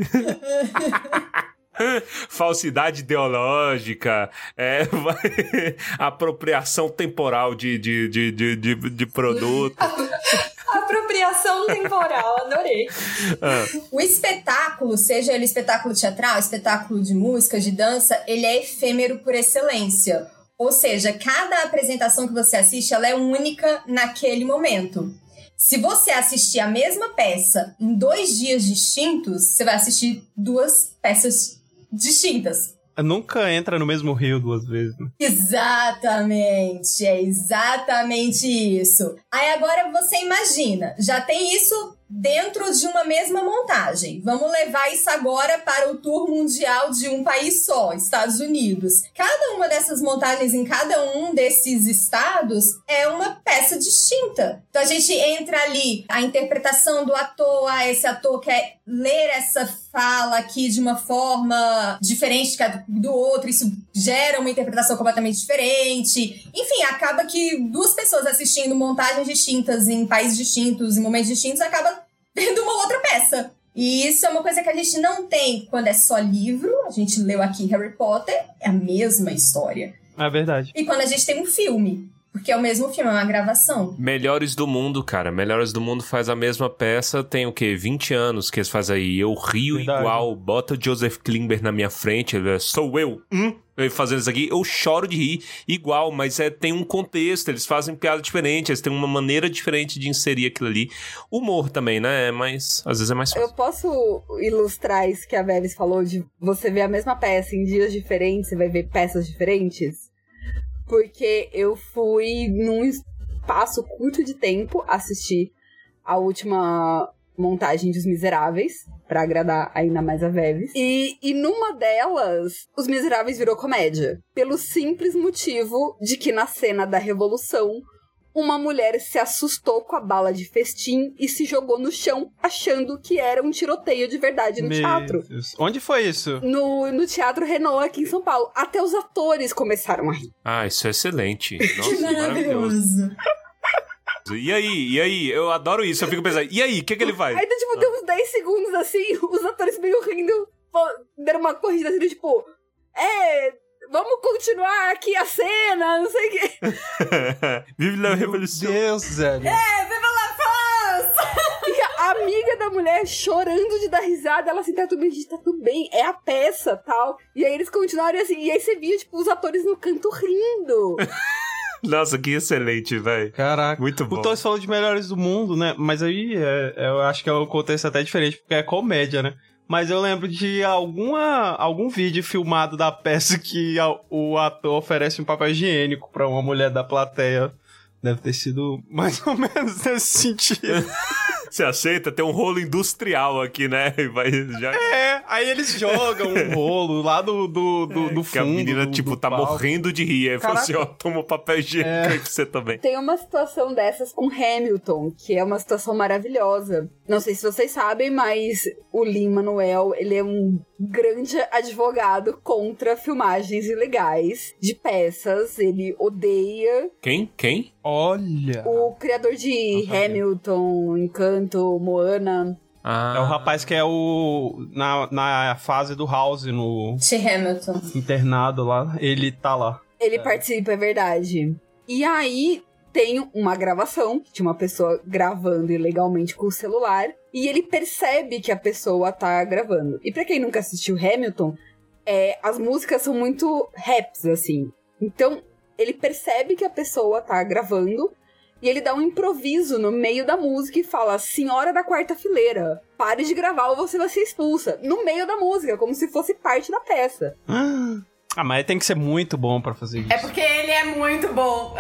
Falsidade ideológica, é, vai, apropriação temporal de, de, de, de, de, de produto. Apropriação temporal, adorei. Ah. O espetáculo, seja ele espetáculo teatral, espetáculo de música, de dança, ele é efêmero por excelência. Ou seja, cada apresentação que você assiste, ela é única naquele momento. Se você assistir a mesma peça em dois dias distintos, você vai assistir duas peças distintas. Nunca entra no mesmo rio duas vezes, né? Exatamente, é exatamente isso. Aí agora você imagina, já tem isso dentro de uma mesma montagem. Vamos levar isso agora para o tour mundial de um país só, Estados Unidos. Cada uma dessas montagens em cada um desses estados é uma peça distinta. Então a gente entra ali, a interpretação do ator, ah, esse ator quer ler essa fala aqui de uma forma diferente do outro, isso gera uma interpretação completamente diferente. Enfim, acaba que duas pessoas assistindo montagens distintas em países distintos, em momentos distintos, acaba vendo uma outra peça. E isso é uma coisa que a gente não tem quando é só livro. A gente leu aqui Harry Potter, é a mesma história. É verdade. E quando a gente tem um filme, porque é o mesmo filme, é uma gravação. Melhores do Mundo, cara. Melhores do Mundo faz a mesma peça, tem o quê? vinte anos que eles fazem aí. Eu rio Verdade. igual, bota o Joseph Klimber na minha frente, ele é, sou eu. Hum? Eu fazendo isso aqui, eu choro de rir igual, mas é, tem um contexto, eles fazem piada diferente, eles têm uma maneira diferente de inserir aquilo ali. Humor também, né? Mas às vezes é mais fácil. Eu posso ilustrar isso que a Veves falou, de você ver a mesma peça em dias diferentes, você vai ver peças diferentes? Porque eu fui, num espaço curto de tempo, assistir a última montagem de Os Miseráveis, pra agradar ainda mais a Veves. E, e numa delas, Os Miseráveis virou comédia. Pelo simples motivo de que na cena da Revolução, uma mulher se assustou com a bala de festim e se jogou no chão, achando que era um tiroteio de verdade no Meu teatro. Deus. Onde foi isso? No, no Teatro Renault, aqui em São Paulo. Até os atores começaram a rir. Ah, isso é excelente. Que Nossa, maravilhoso. maravilhoso. E aí, e aí? Eu adoro isso, eu fico pensando, e aí, o que que ele faz? Aí, tipo, deu uns dez segundos, assim, os atores meio rindo, deram uma corrida, assim, tipo... É... Vamos continuar aqui a cena, não sei o quê. Vive la revolução. Meu Deus, velho. É, viva la France! E a amiga da mulher chorando de dar risada. Ela assim, tá tudo bem, gente, tá tudo bem. É a peça, tal. E aí eles continuaram assim. E aí você via, tipo, os atores no canto rindo. Nossa, que excelente, velho. Caraca. Muito bom. O Toys falou de melhores do mundo, né? Mas aí é, é, eu acho que é um contexto até diferente, porque é comédia, né? Mas eu lembro de alguma, algum vídeo filmado da peça que a, o ator oferece um papel higiênico pra uma mulher da plateia. Deve ter sido mais ou menos nesse sentido. Você aceita? Tem um rolo industrial aqui, né? Vai, já... É, aí eles jogam um rolo lá do, do, do, do fundo. Que a menina, do, tipo, do tá palco. morrendo de rir. Aí fala assim, ó, toma o papel higiênico é. aí pra você também. Tem uma situação dessas com Hamilton, que é uma situação maravilhosa. Não sei se vocês sabem, mas o Lin-Manuel, ele é um grande advogado contra filmagens ilegais de peças. Ele odeia... Quem? Quem? Olha! O criador de Hamilton, Encanto, Moana... Ah. É o rapaz que é o... Na, na fase do House, no... De Hamilton. Internado lá. Ele tá lá. Ele é. participa, é verdade. E aí, tem uma gravação, que tinha uma pessoa gravando ilegalmente com o celular, e ele percebe que a pessoa tá gravando. E pra quem nunca assistiu Hamilton, é, as músicas são muito raps, assim. Então, ele percebe que a pessoa tá gravando, e ele dá um improviso no meio da música e fala: senhora da quarta fileira, pare de gravar ou você vai ser expulsa. No meio da música, como se fosse parte da peça. Ah, mas tem que ser muito bom pra fazer isso. É porque ele é muito bom.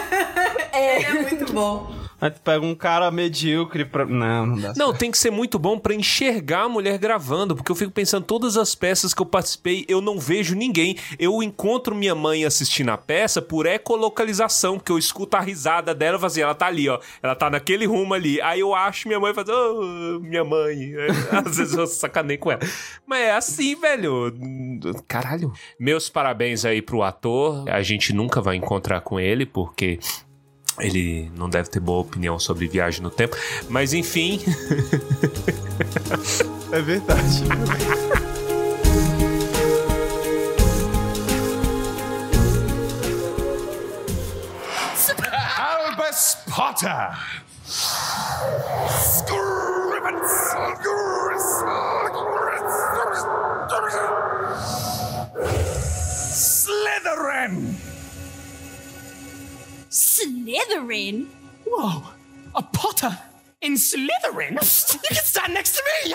É. Ele é muito bom. Aí tu pega um cara medíocre pra... Não, não dá certo. Não, tem que ser muito bom pra enxergar a mulher gravando, porque eu fico pensando, todas as peças que eu participei, eu não vejo ninguém. Eu encontro minha mãe assistindo a peça por ecolocalização, porque eu escuto a risada dela e falo assim, ela tá ali, ó, ela tá naquele rumo ali. Aí eu acho minha mãe faz, oh, minha mãe. Às vezes eu sacanei com ela. Mas é assim, velho. Caralho. Meus parabéns aí pro ator. A gente nunca vai encontrar com ele, porque... ele não deve ter boa opinião sobre viagem no tempo. Mas, enfim... É verdade. Albus Potter! Slytherin! Slytherin? Whoa! A Potter in Slytherin? You can stand next to me!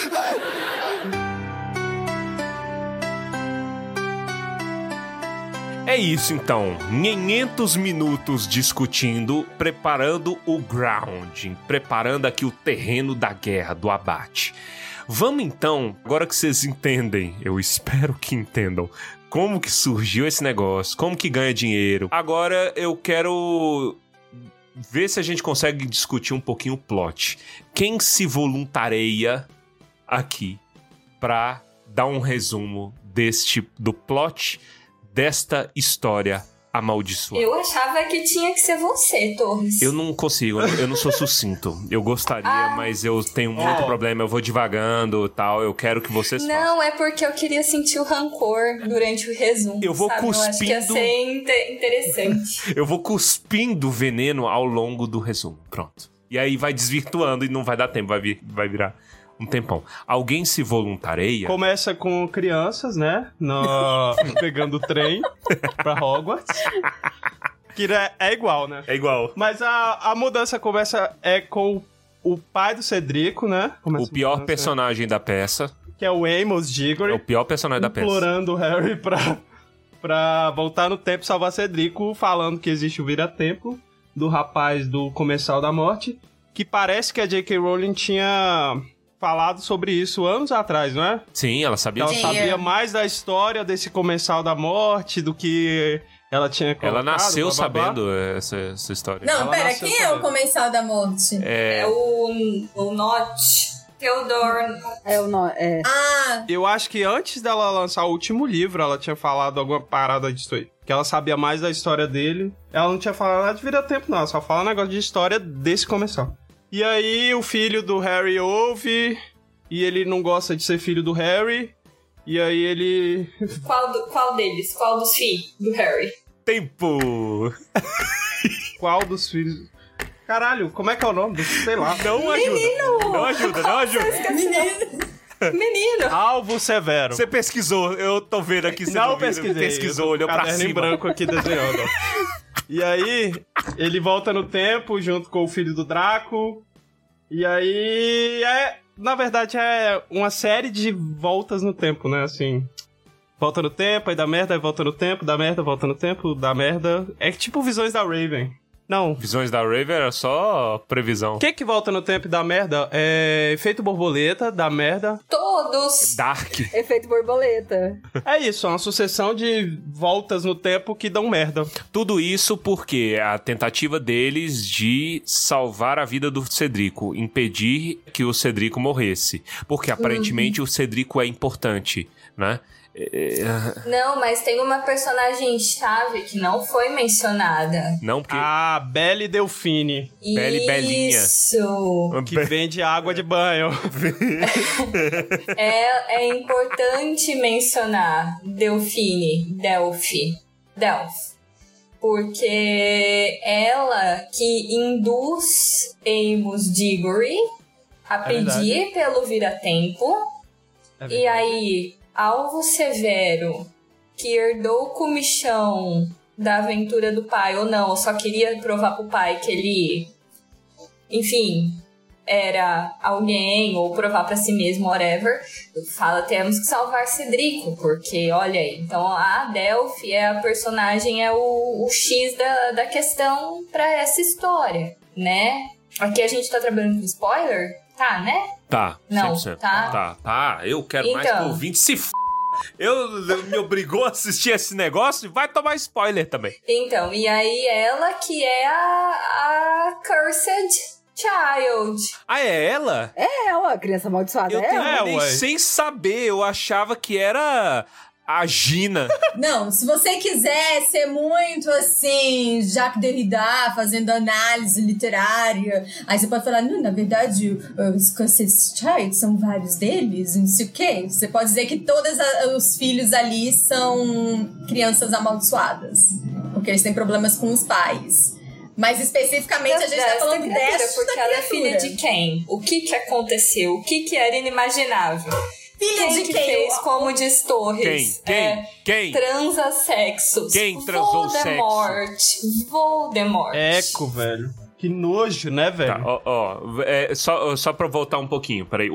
É isso, então. quinhentos minutos discutindo, preparando o grounding, preparando aqui o terreno da guerra, do abate. Vamos, então, agora que vocês entendem, eu espero que entendam, como que surgiu esse negócio, como que ganha dinheiro. Agora eu quero ver se a gente consegue discutir um pouquinho o plot. Quem se voluntaria aqui pra dar um resumo deste, do plot desta história amaldiçoada? Eu achava que tinha que ser você, Torres. Eu não consigo, eu não sou sucinto. Eu gostaria, ah, mas eu tenho muito oh. problema. Eu vou divagando e tal. Eu quero que vocês não, façam. Não, é porque eu queria sentir o rancor durante o resumo. Eu vou sabe? cuspindo. Eu acho que ia ser inte- interessante. Eu vou cuspindo veneno ao longo do resumo. Pronto. E aí vai desvirtuando e não vai dar tempo. Vai, vir, vai virar um tempão. Alguém se voluntaria? Começa com crianças, né? No... Pegando o trem pra Hogwarts. Que é, é igual, né? É igual. Mas a, a mudança começa é com o pai do Cedrico, né? Começa o pior personagem da peça. Que é o Amos Diggory. É o pior personagem da peça. Implorando o Harry pra, pra voltar no tempo e salvar Cedrico, falando que existe o vira-tempo do rapaz do Comensal da Morte. Que parece que a J K. Rowling tinha... falado sobre isso anos atrás, não é? Sim, ela sabia. Ela Sim, sabia é. mais da história desse Comensal da Morte do que ela tinha colocado. Ela nasceu blá, blá, blá. sabendo essa, essa história. Não, ela pera, quem é o Comensal da Morte? É, é o, o Notch. Theodore. É o no... é. Ah! Eu acho que antes dela lançar o último livro, ela tinha falado alguma parada disso aí. Que ela sabia mais da história dele. Ela não tinha falado nada de vira-tempo, não. Ela só fala um negócio de história desse Comensal. E aí, o filho do Harry ouve... E ele não gosta de ser filho do Harry. E aí ele... Qual, do, qual deles? Qual dos filhos do Harry? Tempo! Qual dos filhos... Caralho, como é que é o nome? do- Sei lá. Não ajuda. Menino! Não ajuda, não ajuda. Menino! Alvo Severo. Você pesquisou, eu tô vendo aqui. Você Não viu, pesquisei. Pesquisou, eu tô olhou com pra caderno em cima. branco aqui desenhando. E aí, ele volta no tempo junto com o filho do Draco. E aí, é, na verdade, é uma série de voltas no tempo, né? Assim, volta no tempo, aí dá merda, aí volta no tempo, dá merda, volta no tempo, dá merda. É tipo Visões da Raven. Não. Visões da Raven era só previsão. O que que volta no tempo e dá merda? É efeito borboleta, dá merda. Todos! Dark. Efeito borboleta. É isso, é uma sucessão de voltas no tempo que dão merda. Tudo isso porque a tentativa deles de salvar a vida do Cedrico, impedir que o Cedrico morresse. Porque aparentemente o Cedrico é importante, né? É, Não, mas tem uma personagem-chave que não foi mencionada. Não, porque... Ah, Belle Delfine, Bela e Belinha. Isso! que vende água de banho. É, é importante mencionar Delfine, Delphi, Delph. Porque ela que induz Amos Diggory a pedir pelo vira-tempo. É E aí, Alvo Severo, que herdou o comichão da aventura do pai, ou não, só queria provar pro pai que ele, enfim, era alguém, ou provar pra si mesmo, whatever, fala, temos que salvar Cedrico, porque, olha aí, então a Delphi é a personagem, é o, o X da, da questão pra essa história, né? Aqui a gente tá trabalhando com spoiler, tá, né? Tá, Não, cem por cento. tá. Tá, tá. Eu quero mais que Então. o ouvinte se f... Eu me obrigou a assistir esse negócio e vai tomar spoiler também. Então, e aí ela que é a, a Cursed Child. Ah, é ela? É ela, a criança amaldiçoada. Eu é ela. terminei ué. sem saber. Eu achava que era a Gina. Não, se você quiser ser muito assim, Jacques Derrida, fazendo análise literária, aí você pode falar, não, na verdade, os Cursed Child são vários deles, não sei o quê. Você pode dizer que todos a- os filhos ali são crianças amaldiçoadas, porque eles têm problemas com os pais. Mas especificamente a gente tá Desta falando criatura, desta porque ela é filha criatura. de quem? O que que aconteceu? O que que era inimaginável? Filha Quem de que quem? fez O- como diz Torres? Quem? Quem? É, Quem? transa sexos. Quem transou Voldemort. Voldemort. Eco, velho. Que nojo, né, velho? Tá, ó, ó, é, só, só pra voltar um pouquinho, peraí. O,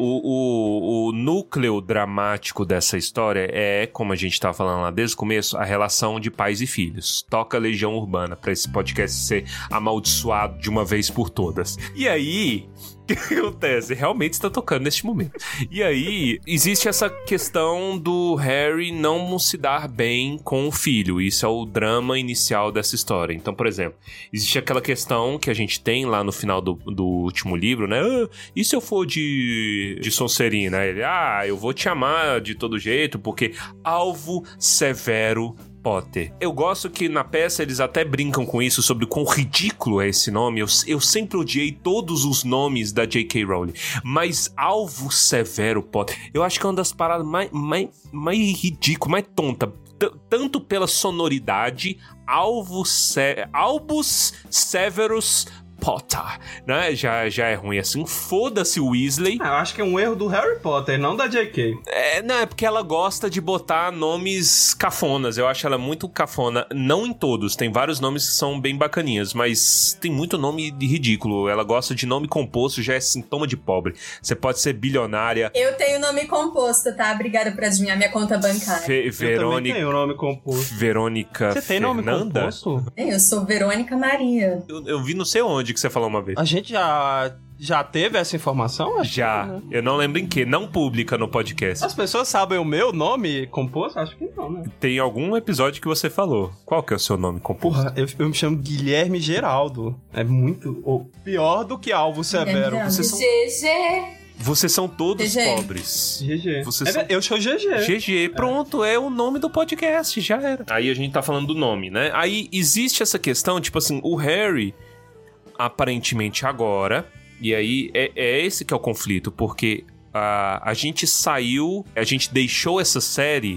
o, o núcleo dramático dessa história é, como a gente tava falando lá desde o começo, a relação de pais e filhos. Toca Legião Urbana pra esse podcast ser amaldiçoado de uma vez por todas. E aí, o que acontece? Realmente está tocando neste momento. E aí, existe essa questão do Harry não se dar bem com o filho. Isso é o drama inicial dessa história. Então, por exemplo, existe aquela questão que a gente tem lá no final do, do último livro, né? Ah, e se eu for de, de Sonserina? Ele, ah, eu vou te amar de todo jeito, porque Alvo Severo Potter. Eu gosto que na peça eles até brincam com isso, sobre o quão ridículo é esse nome. Eu, eu sempre odiei todos os nomes da J K. Rowling, mas Alvo Severo Potter, eu acho que é uma das paradas mais, mais, mais ridículas, mais tonta. T- tanto pela sonoridade, Alvo Se- Albus Severus Potter, né? Já, já é ruim assim. Foda-se o Weasley. Ah, eu acho que é um erro do Harry Potter, não da J K. É, não, é porque ela gosta de botar nomes cafonas. Eu acho ela muito cafona. Não em todos, tem vários nomes que são bem bacaninhas, mas tem muito nome de ridículo. Ela gosta de nome composto, já é sintoma de pobre. Você pode ser bilionária. Eu tenho nome composto, tá? Obrigada por adivinhar minha conta bancária. Ve- Eu também Verônica. tenho nome composto. Verônica. Você tem nome Fernanda? composto? Bem, eu sou Verônica Maria. Eu, eu vi não sei onde que você falou uma vez. A gente já, já teve essa informação? Acho Já. que não, né? Eu não lembro em que. Não pública no podcast. As pessoas sabem o meu nome composto? Acho que não, né? Tem algum episódio que você falou. Qual que é o seu nome composto? Porra, eu, eu me chamo Guilherme Geraldo. É muito... oh, pior do que Alvo Severo. Geraldo. Vocês são G G. Vocês são todos G G. pobres. G G. Vocês É, são- Eu sou G G. G G, pronto, é o nome do podcast, já era. Aí a gente tá falando do nome, né? Aí existe essa questão, tipo assim, o Harry, aparentemente agora, e aí é, é esse que é o conflito, porque a, a gente saiu, a gente deixou essa série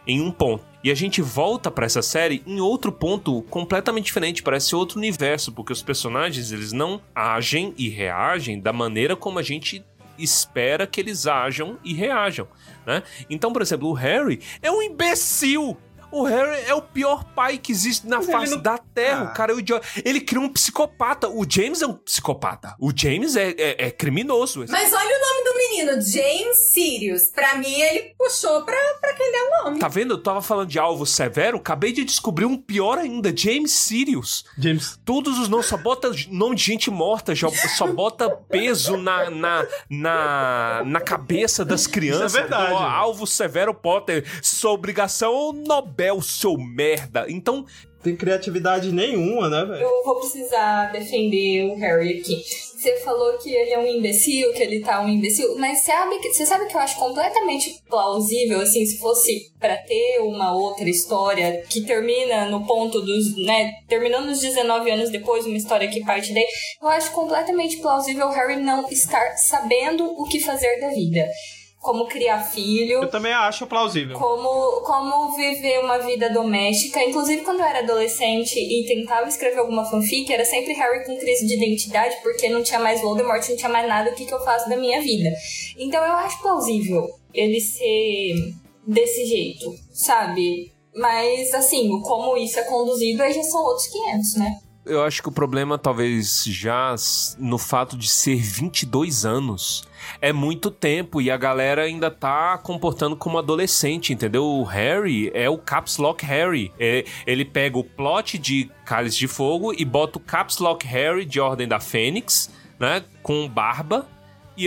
em um ponto. E a gente volta pra essa série em outro ponto completamente diferente, parece outro universo, porque os personagens, eles não agem e reagem da maneira como a gente espera que eles ajam e reajam, né? Então, por exemplo, o Harry é um imbecil. O Harry é o pior pai que existe na Mas face não... da Terra. Ah. O cara é o idiota. Ele criou um psicopata. O James é um psicopata. O James é, é, é criminoso. Mas olha o nome do menino, James Sirius. Pra mim, ele puxou pra, pra quem der o nome. Tá vendo? Eu tava falando de alvo severo. Acabei de descobrir um pior ainda. James Sirius. James. Todos os nomes, só bota nome de gente morta, já, só bota peso na, na, na, na cabeça das crianças. Isso é verdade. Ó, alvo severo Potter. Sua obrigação é o Nobel, seu merda. Então... Tem criatividade nenhuma, né, velho? Eu vou precisar defender o Harry aqui. Você falou que ele é um imbecil, que ele tá um imbecil, mas sabe que, você sabe que eu acho completamente plausível, assim, se fosse pra ter uma outra história que termina no ponto dos, né, terminando os dezenove anos depois, uma história que parte daí, eu acho completamente plausível o Harry não estar sabendo o que fazer da vida. Como criar filho. Eu também acho plausível. Como, como viver uma vida doméstica. Inclusive, quando eu era adolescente e tentava escrever alguma fanfic, era sempre Harry com crise de identidade, porque não tinha mais Voldemort, não tinha mais nada, o que, que eu faço da minha vida. Então, eu acho plausível ele ser desse jeito, sabe? Mas, assim, como isso é conduzido, aí já são outros quinhentos, né? Eu acho que o problema, talvez, já no fato de ser vinte e dois anos. É muito tempo e a galera ainda tá comportando como adolescente, entendeu? O Harry é o Caps Lock Harry. É, ele pega o plot de Cálice de Fogo e bota o Caps Lock Harry de Ordem da Fênix, né? Com barba. E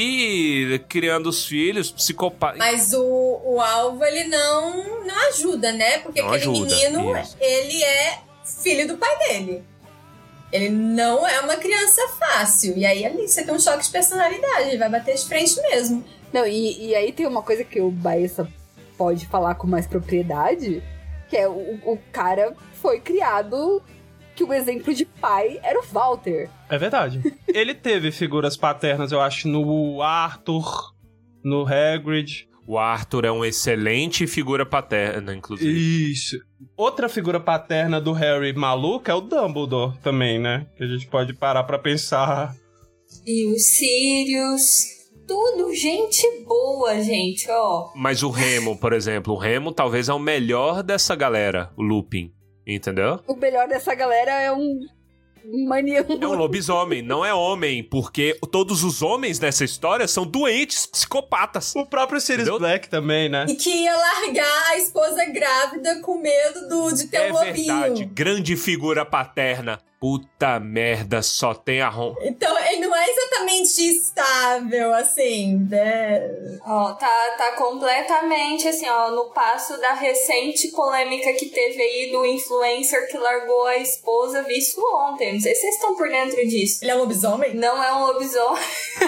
aí, criando os filhos, psicopata. Mas o, o alvo, ele não, não ajuda, né? Porque Não aquele ajuda, menino, isso. ele é filho do pai dele. Ele não é uma criança fácil. E aí, ali, você tem um choque de personalidade. Ele vai bater de frente mesmo. Não, e, e aí tem uma coisa que o Baessa pode falar com mais propriedade, que é o, o cara foi criado que o exemplo de pai era o Walter. É verdade. Ele teve figuras paternas, eu acho, no Arthur, no Hagrid. O Arthur é uma excelente figura paterna, inclusive. Isso. Outra figura paterna do Harry maluco é o Dumbledore também, né? Que a gente pode parar pra pensar. E o Sirius... Tudo gente boa, gente, ó. Mas o Remo, por exemplo, o Remo talvez é o melhor dessa galera, o Lupin, entendeu? O melhor dessa galera é um maníaco. É um lobisomem, não é homem, porque todos os homens nessa história são doentes, psicopatas. O próprio Sirius Entendeu? Black também, né? E que ia largar a esposa grávida com medo do, de ter É um lobinho. verdade, grande figura paterna. Puta merda, só tem a rom... Então, ele não é exatamente estável, assim, né? Ó, tá, tá completamente assim, ó, no passo da recente polêmica que teve aí do influencer que largou a esposa, vi isso ontem. Não sei se vocês estão por dentro disso. Ele é um lobisomem? Não é um lobisomem.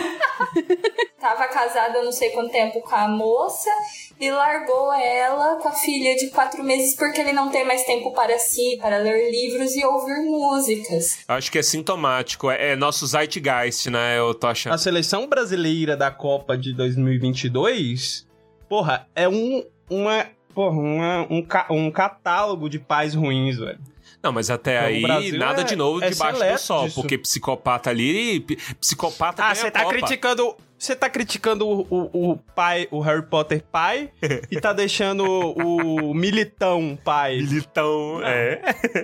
Tava casada há não sei quanto tempo com a moça e largou ela com a filha de quatro meses porque ele não tem mais tempo para si, para ler livros e ouvir músicas. Acho que é sintomático, é, é nosso zeitgeist, né? Eu tô achando. A seleção brasileira da Copa de dois mil e vinte e dois, porra, é um, uma, porra, uma, um, ca, um catálogo de pais ruins, velho. Não, mas até Então, o aí, Brasil nada é- de novo é debaixo do seleto sol, disso. porque psicopata ali, p- psicopata Ah, ganha você tá Copa. criticando... Você tá criticando o, o, o pai, o Harry Potter pai, e tá deixando o, o Militão pai. Militão, é.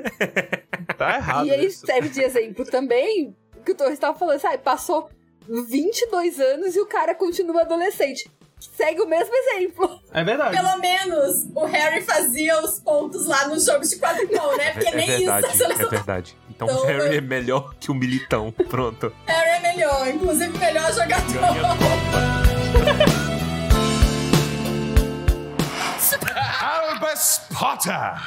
Tá errado E aí isso. serve de exemplo também que o Torres estava falando, sabe? Passou vinte e dois anos e o cara continua adolescente. Segue o mesmo exemplo. É verdade. Pelo menos o Harry fazia os pontos lá nos jogos de quadribol, né? Porque É nem verdade, isso a seleção... é verdade. Então Então, o Harry eu- é melhor que o Militão. Pronto. Harry é melhor, inclusive melhor jogador. Ganha Albus Potter!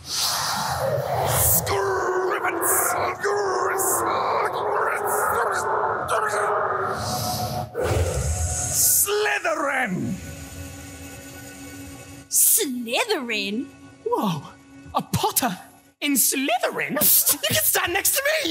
Slytherin! Slytherin? Whoa! A Potter in Slytherin? You can stand next to me!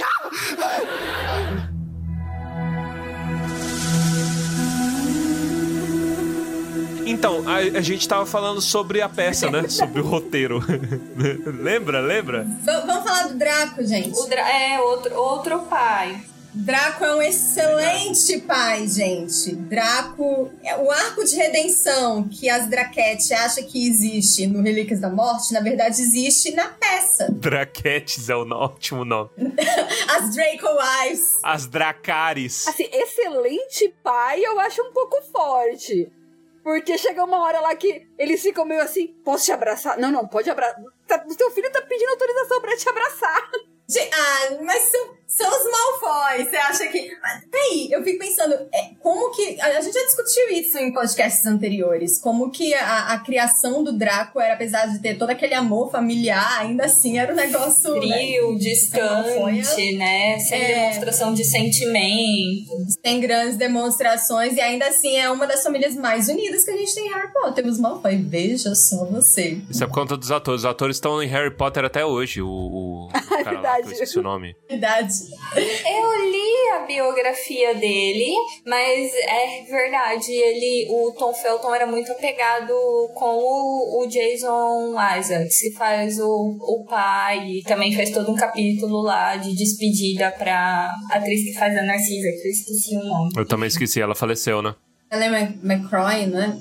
Então Então, a, a gente tava falando sobre a peça, né? Sobre o roteiro. Lembra, lembra? V- vamos falar do Draco, gente. O Dra- é outro, outro pai. Draco é um excelente pai, gente. Draco, o arco de redenção que as Draquete acham que existe no Relíquias da Morte, na verdade existe na peça. Draquetes é o ótimo nome. As Draco Wives. As Dracarys. Assim, excelente pai eu acho um pouco forte. Porque chega uma hora lá que eles ficam meio assim, posso te abraçar? Não, não, pode abraçar. Tá, o teu filho tá pedindo autorização pra te abraçar. Gente, ah, mas são, são os Malfoy. Você acha que... Mas, peraí, eu fico pensando, é, como que... A, a gente já discutiu isso em podcasts anteriores. Como que a, a criação do Draco era, apesar de ter todo aquele amor familiar, ainda assim era um negócio... Frio, né, distante, né? Sem É. demonstração de sentimento. tem grandes demonstrações e ainda assim é uma das famílias mais unidas que a gente tem em Harry Potter. Os Malfoy, veja só você. Isso é por conta dos atores. Os atores estão em Harry Potter até hoje. O, o, o cara lá, que eu esqueci o nome. Verdade. Eu li a biografia dele, mas é verdade, ele, o Tom Felton era muito apegado com o, o Jason Isaacs, que faz o, o pai, e também fez todo um capítulo lá de despedida pra atriz que faz a Narcisa, que eu esqueci o nome. Eu também esqueci, ela faleceu, né? Ela é Mac- McCroy, né?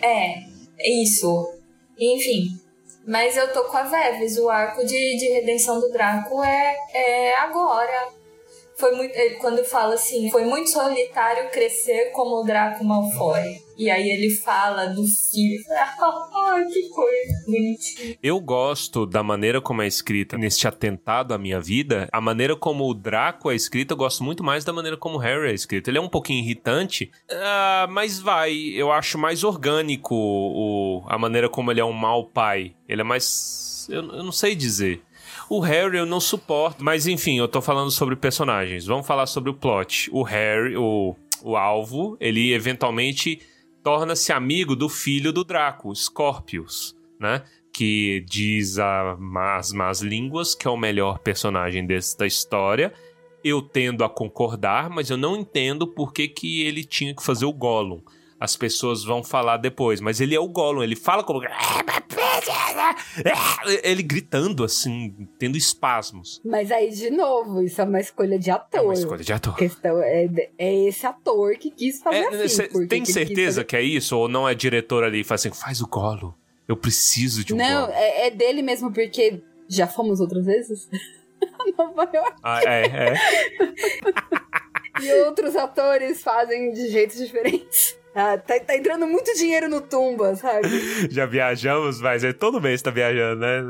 É, isso. Enfim. Mas eu tô com a Veves, o arco de, de redenção do Draco é, é agora. Foi muito, ele, quando fala assim, foi muito solitário crescer como o Draco Malfoy. E aí ele fala do filho. Ah, que coisa bonitinha. Eu gosto da maneira como é escrita neste atentado à minha vida. A maneira como o Draco é escrito, eu gosto muito mais da maneira como o Harry é escrito. Ele é um pouquinho irritante, uh, mas vai. Eu acho mais orgânico o, a maneira como ele é um mau pai. Ele é mais... Eu, eu não sei dizer. O Harry eu não suporto. Mas enfim, eu tô falando sobre personagens. Vamos falar sobre o plot. O Harry, o, o alvo, ele eventualmente... torna-se amigo do filho do Draco, Scorpius, né? Que diz a, as más línguas que é o melhor personagem desta história. Eu tendo a concordar, mas eu não entendo por que, que ele tinha que fazer o Gollum. As pessoas vão falar depois, mas ele é o Gollum, ele fala como... Ele gritando assim, tendo espasmos. Mas aí, de novo, isso é uma escolha de ator. É uma escolha de ator. A questão é, é esse ator que quis fazer É, assim. cê, porque tem que certeza fazer... que é isso? Ou não é diretor ali e faz assim, faz o Gollum. Eu preciso de um Não, Gollum. é, é dele mesmo, porque já fomos outras vezes. Nova York. Ah, é, é. E outros atores fazem de jeitos diferentes. Ah, tá, tá entrando muito dinheiro no Tumba, sabe? Já viajamos, mas é todo mês tá viajando, né?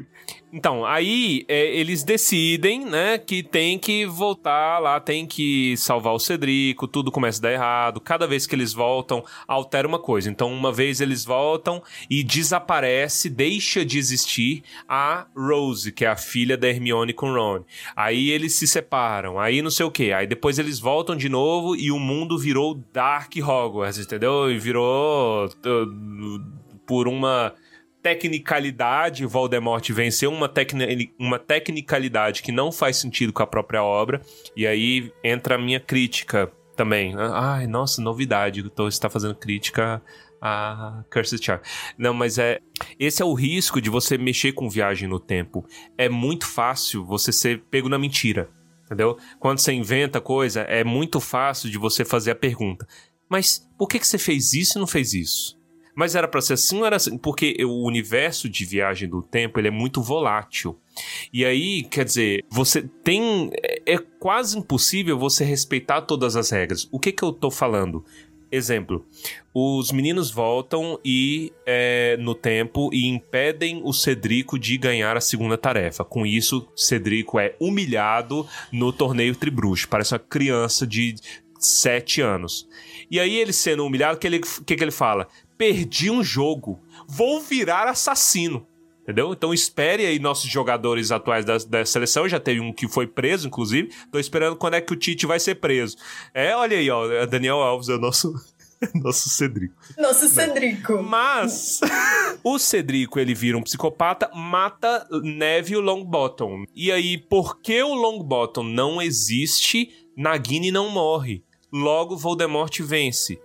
Então, aí é, eles decidem, né, que tem que voltar lá, tem que salvar o Cedrico, tudo começa a dar errado. Cada vez que eles voltam, altera uma coisa. Então, uma vez eles voltam e desaparece, deixa de existir a Rose, que é a filha da Hermione com Ron. Aí eles se separam, aí não sei o quê. Aí depois eles voltam de novo e o mundo virou Dark Hogwarts, entendeu? E virou uh, por uma... tecnicalidade, Voldemort venceu uma, tecni- uma tecnicalidade que não faz sentido com a própria obra, e aí entra a minha crítica também. Ai, nossa, novidade, você está fazendo crítica a Cursed Child. Não, mas é... esse é o risco de você mexer com viagem no tempo. É muito fácil você ser pego na mentira, entendeu? Quando você inventa coisa, é muito fácil de você fazer a pergunta. Mas por que, que você fez isso e não fez isso? Mas era pra ser assim ou era assim? Porque o universo de viagem do tempo, ele é muito volátil. E aí, quer dizer, você tem... É quase impossível você respeitar todas as regras. O que que eu tô falando? Exemplo, os meninos voltam e, é, no tempo e impedem o Cedrico de ganhar a segunda tarefa. Com isso, Cedrico é humilhado no torneio Tribruxo. Parece uma criança de sete anos. E aí, ele sendo humilhado, o que, ele, que, que ele fala? Perdi um jogo, vou virar assassino, entendeu? Então espere aí nossos jogadores atuais da, da seleção, já teve um que foi preso, inclusive, tô esperando quando é que o Tite vai ser preso. É, olha aí, ó, Daniel Alves é o nosso, nosso Cedrico. Nosso Cedrico. Mas o Cedrico, ele vira um psicopata, mata Neville Longbottom. E aí, por que o Longbottom não existe, Nagini não morre. Logo, Voldemort vence.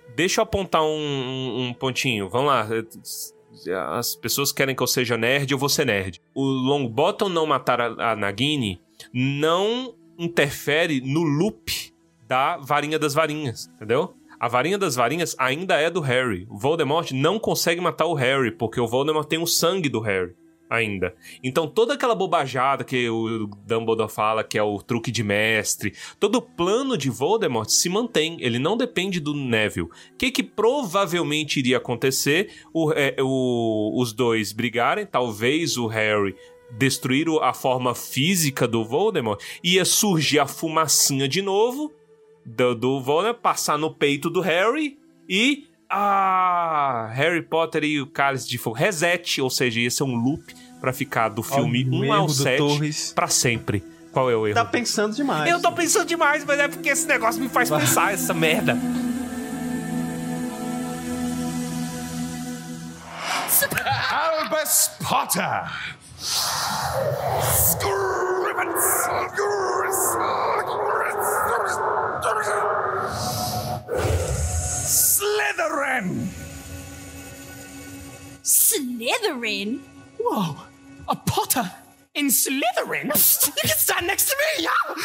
deixa eu apontar um, um, um pontinho. Vamos lá. As pessoas querem que eu seja nerd, eu vou ser nerd. O Longbottom não matar a, a Nagini não interfere no loop da varinha das varinhas, entendeu? A varinha das varinhas ainda é do Harry. O Voldemort não consegue matar o Harry, porque o Voldemort tem o sangue do Harry ainda. Então toda aquela bobajada que o Dumbledore fala que é o truque de mestre, todo o plano de Voldemort se mantém, ele não depende do Neville. O que que provavelmente iria acontecer? O, é, o, os dois brigarem, talvez o Harry destruir a forma física do Voldemort, ia surgir a fumacinha de novo do, do Voldemort, passar no peito do Harry e... Ah, Harry Potter e o Cálice de Fogo. Reset, ou seja, ia ser um loop pra ficar do filme um ao sete pra sempre. Qual é o erro? Tá pensando demais. Eu tô pensando demais, mas é porque esse negócio me faz pensar, essa merda. Albus Potter! Slytherin! Slytherin? Whoa! A Potter in Slytherin? You can stand next to me!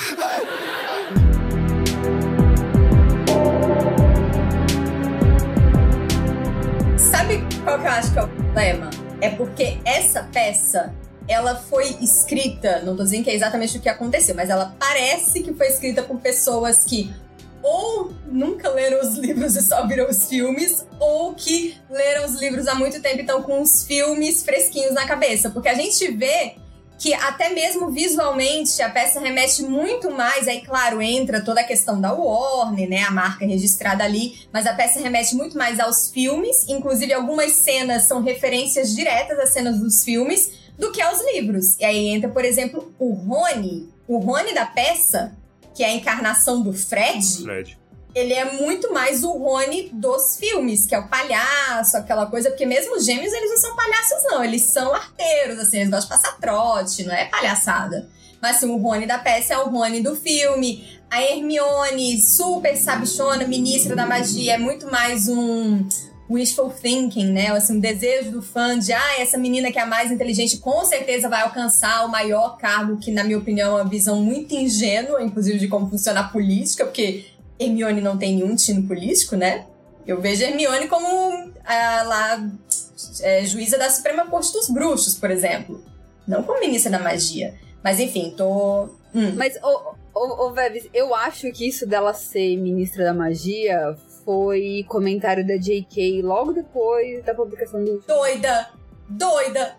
Sabe qual que eu acho que é o problema? É porque essa peça, ela foi escrita, não tô dizendo que é exatamente o que aconteceu, mas ela parece que foi escrita por pessoas que ou nunca leram os livros e só viram os filmes, ou que leram os livros há muito tempo e estão com os filmes fresquinhos na cabeça. Porque a gente vê que até mesmo visualmente a peça remete muito mais, aí claro, entra toda a questão da Warner, né, a marca registrada ali, mas a peça remete muito mais aos filmes, inclusive algumas cenas são referências diretas às cenas dos filmes, do que aos livros. E aí entra, por exemplo, o Rony, o Rony da peça, que é a encarnação do Fred, Fred, ele é muito mais o Rony dos filmes, que é o palhaço, aquela coisa, porque mesmo os gêmeos, eles não são palhaços, não, eles são arteiros, assim, eles gostam de passar trote, não é palhaçada. Mas assim, o Rony da peça é o Rony do filme, a Hermione, super sabichona, ministra da magia, é muito mais um wishful thinking, né, assim, um desejo do fã de, ah, essa menina que é a mais inteligente com certeza vai alcançar o maior cargo, que na minha opinião é uma visão muito ingênua, inclusive de como funciona a política, porque Hermione não tem nenhum tino político, né? Eu vejo Hermione como a, lá, é, juíza da Suprema Corte dos Bruxos, por exemplo. Não como ministra da magia. Mas enfim, tô... Hum. Mas, ô, ô, ô Vebs, eu acho que isso dela ser ministra da magia foi comentário da J K logo depois da publicação do... Doida! Doida!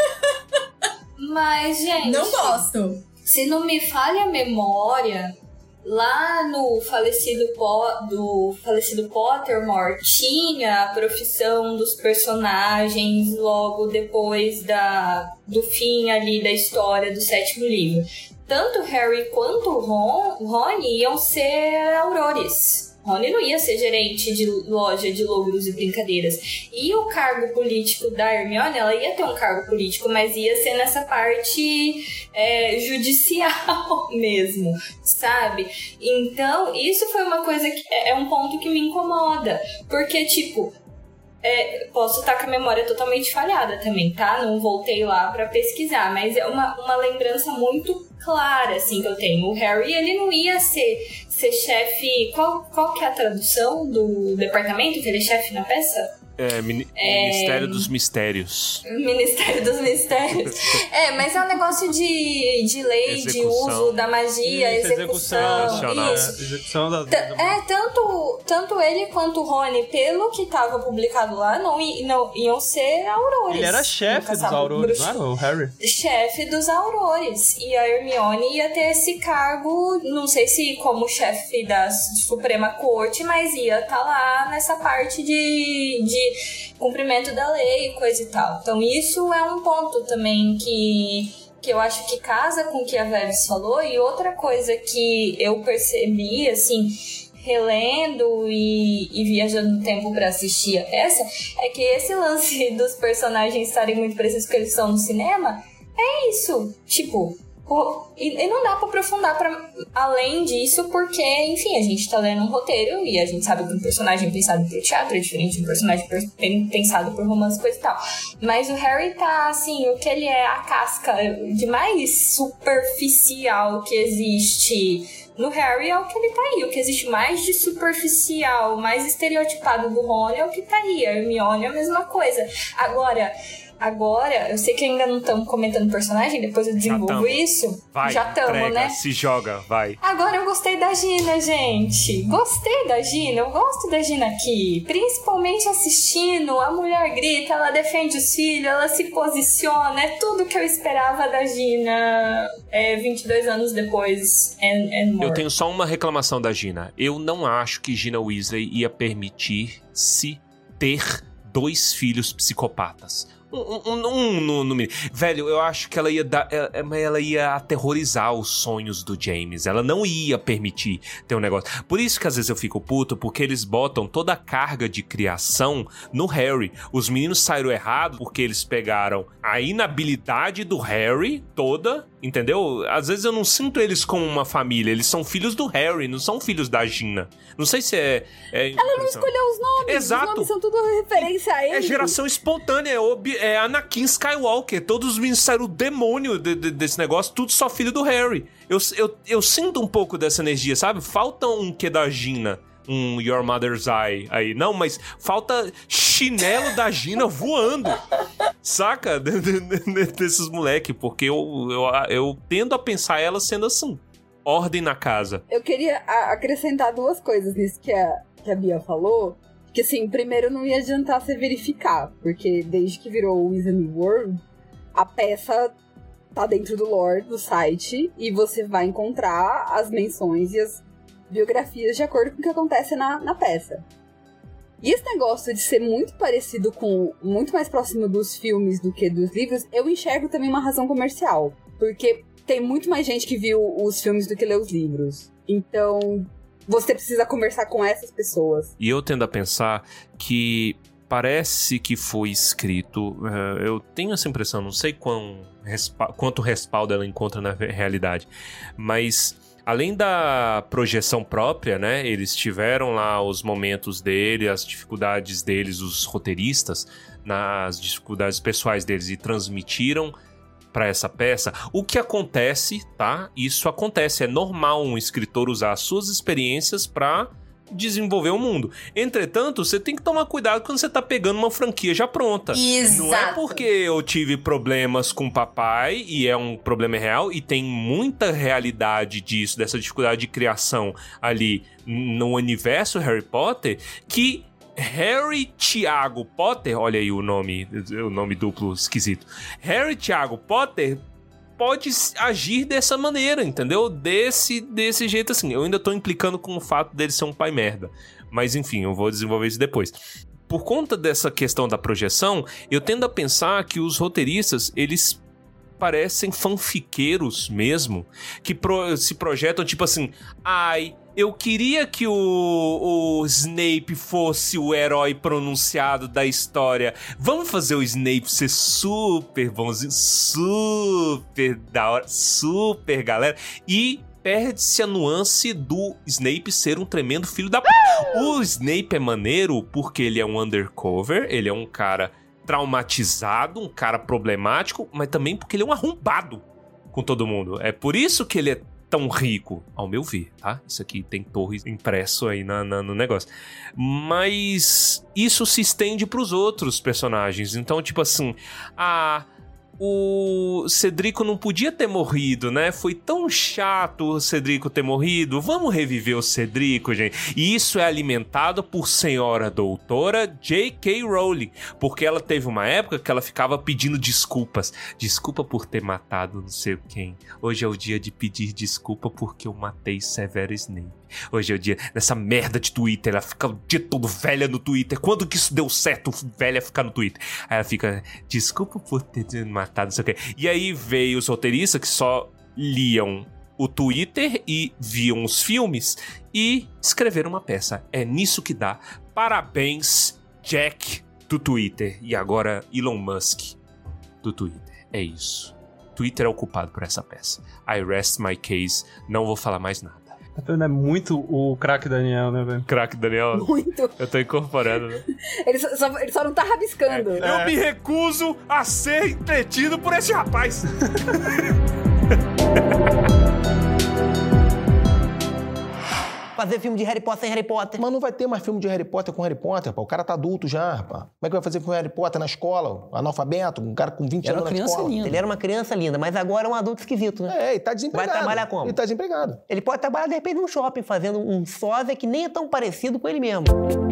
Mas, gente... Não gosto! Se não me falha a memória... Lá no falecido, po- do falecido Pottermore tinha a profissão dos personagens logo depois da, do fim ali da história do sétimo livro. Tanto Harry quanto Ron, Rony iam ser aurores. Rony não ia ser gerente de loja de logros e brincadeiras. E o cargo político da Hermione, ela ia ter um cargo político, mas ia ser nessa parte é, judicial mesmo, sabe? Então, isso foi uma coisa que é um ponto que me incomoda. Porque, tipo, é, posso estar com a memória totalmente falhada também, tá? Não voltei lá pra pesquisar, mas é uma, uma lembrança muito clara, assim, que eu tenho. O Harry, ele não ia ser, ser chefe... Qual, qual que é a tradução do departamento que ele é chefe na peça? É, mini- É... Ministério dos Mistérios. Ministério dos Mistérios. É, mas é um negócio de, de lei, Execução. de uso da magia, Isso, execução. execução, Isso. é, execução da, T- É, tanto, tanto ele quanto o Rony, pelo que tava publicado lá, não, i- não iam ser aurores. Ele era chefe dos aurores, não era o Harry? Chefe dos aurores. E a Hermione ia ter esse cargo, não sei se como chefe da Suprema Corte, mas ia estar lá nessa parte de, de cumprimento da lei e coisa e tal. Então isso é um ponto também que, que eu acho que casa com o que a Veves falou. E outra coisa que eu percebi, assim, relendo e, e viajando no tempo pra assistir a peça, é que esse lance dos personagens estarem muito parecidos com eles são no cinema, é isso. Tipo, E, e não dá pra aprofundar pra, além disso, porque, enfim, a gente tá lendo um roteiro e a gente sabe que um personagem pensado por teatro é diferente de um personagem pensado por romance e coisa e tal. Mas o Harry tá, assim, o que ele é, a casca de mais superficial que existe no Harry é o que ele tá aí. O que existe mais de superficial, mais estereotipado do Rony é o que tá aí. A Hermione é a mesma coisa. Agora... Agora, eu sei que ainda não estamos comentando personagem, depois eu desenvolvo isso. Vai, já estamos, né? Se joga, vai. Agora eu gostei da Gina, gente. Gostei da Gina, eu gosto da Gina aqui. Principalmente assistindo, a mulher grita, ela defende os filhos, ela se posiciona. É tudo que eu esperava da Gina é, vinte e dois anos depois. And, and more. Eu tenho só uma reclamação da Gina. Eu não acho que Gina Weasley ia permitir-se ter dois filhos psicopatas. Um, um, um no, no... Velho, eu acho que ela ia dar... Ela, ela ia aterrorizar os sonhos do James. Ela não ia permitir ter um negócio. Por isso que às vezes eu fico puto, porque eles botam toda a carga de criação no Harry. Os meninos saíram errado porque eles pegaram a inabilidade do Harry toda, entendeu? Às vezes eu não sinto eles como uma família. Eles são filhos do Harry, não são filhos da Gina. Não sei se é... é ela não escolheu os nomes. Exato. Os nomes são tudo referência a ele. É geração espontânea, é, ob... é Anakin Skywalker. Todos os meninos saíram o demônio de, de, desse negócio, tudo só filho do Harry. Eu, eu, eu sinto um pouco dessa energia, sabe? Falta um que da Gina, um Your Mother's Eye aí. Não, mas falta chinelo da Gina voando, saca? Desses moleque, porque eu, eu, eu tendo a pensar ela sendo assim. Ordem na casa. Eu queria acrescentar duas coisas nisso que a, que a Bia falou. Que assim, primeiro não ia adiantar você verificar, porque desde que virou o Wizarding World, a peça tá dentro do lore do site e você vai encontrar as menções e as biografias de acordo com o que acontece na, na peça. E esse negócio de ser muito parecido com, muito mais próximo dos filmes do que dos livros, eu enxergo também uma razão comercial, porque tem muito mais gente que viu os filmes do que leu os livros. Então... você precisa conversar com essas pessoas. E eu tendo a pensar que parece que foi escrito... Uh, eu tenho essa impressão, não sei quão respa- quanto respaldo ela encontra na realidade. Mas, além da projeção própria, né? Eles tiveram lá os momentos dele, as dificuldades deles, os roteiristas, nas dificuldades pessoais deles, e transmitiram para essa peça. O que acontece, tá? Isso acontece, é normal um escritor usar as suas experiências para desenvolver o mundo. Entretanto, você tem que tomar cuidado quando você tá pegando uma franquia já pronta. Exato. Não é porque eu tive problemas com o papai, e é um problema real, e tem muita realidade disso, dessa dificuldade de criação ali no universo Harry Potter, que Harry Thiago Potter, olha aí o nome, o nome duplo esquisito. Harry Thiago Potter pode agir dessa maneira, entendeu? Desse, desse jeito assim. Eu ainda tô implicando com o fato dele ser um pai merda. Mas enfim, eu vou desenvolver isso depois. Por conta dessa questão da projeção, eu tendo a pensar que os roteiristas, eles parecem fanfiqueiros mesmo, que pro, se projetam tipo assim, ai, eu queria que o, o Snape fosse o herói pronunciado da história. Vamos fazer o Snape ser super bonzinho, super da hora, super galera. E perde-se a nuance do Snape ser um tremendo filho da p... O Snape é maneiro porque ele é um undercover, ele é um cara traumatizado, um cara problemático, mas também porque ele é um arrombado com todo mundo. É por isso que ele é tão rico, ao meu ver, tá? Isso aqui tem torre impresso aí na, na, no negócio. Mas isso se estende pros outros personagens. Então, tipo assim, a... o Cedrico não podia ter morrido, né? Foi tão chato o Cedrico ter morrido. Vamos reviver o Cedrico, gente. E isso é alimentado por senhora doutora J K. Rowling, porque ela teve uma época que ela ficava pedindo desculpas. Desculpa por ter matado não sei quem. Hoje é o dia de pedir desculpa porque eu matei Severo Snape. Hoje é o dia dessa merda de Twitter. Ela fica o dia todo velha no Twitter. Quando que isso deu certo, velha ficar no Twitter? Aí ela fica, desculpa por ter matado, não sei o que. E aí veio os roteiristas que só liam o Twitter e viam os filmes e escreveram uma peça. É nisso que dá. Parabéns, Jack do Twitter. E agora Elon Musk do Twitter. É isso. Twitter é o culpado por essa peça. I rest my case. Não vou falar mais nada. Tá vendo? É muito o craque Daniel, né, velho? Craque Daniel. Muito. Eu tô incorporando, né? Ele só, só- ele só não tá rabiscando. É. Eu me recuso a ser entretido por esse rapaz. Fazer filme de Harry Potter sem Harry Potter. Mas não vai ter mais filme de Harry Potter com Harry Potter, rapaz. O cara tá adulto já, rapaz. Como é que vai fazer filme de Harry Potter na escola? Analfabeto, um cara com vinte Era anos uma na criança escola. linda. Ele era uma criança linda, mas agora é um adulto esquisito, né? É, e tá desempregado. Vai trabalhar como? E tá desempregado. Ele pode trabalhar, de repente, num shopping, fazendo um sósia que nem é tão parecido com ele mesmo.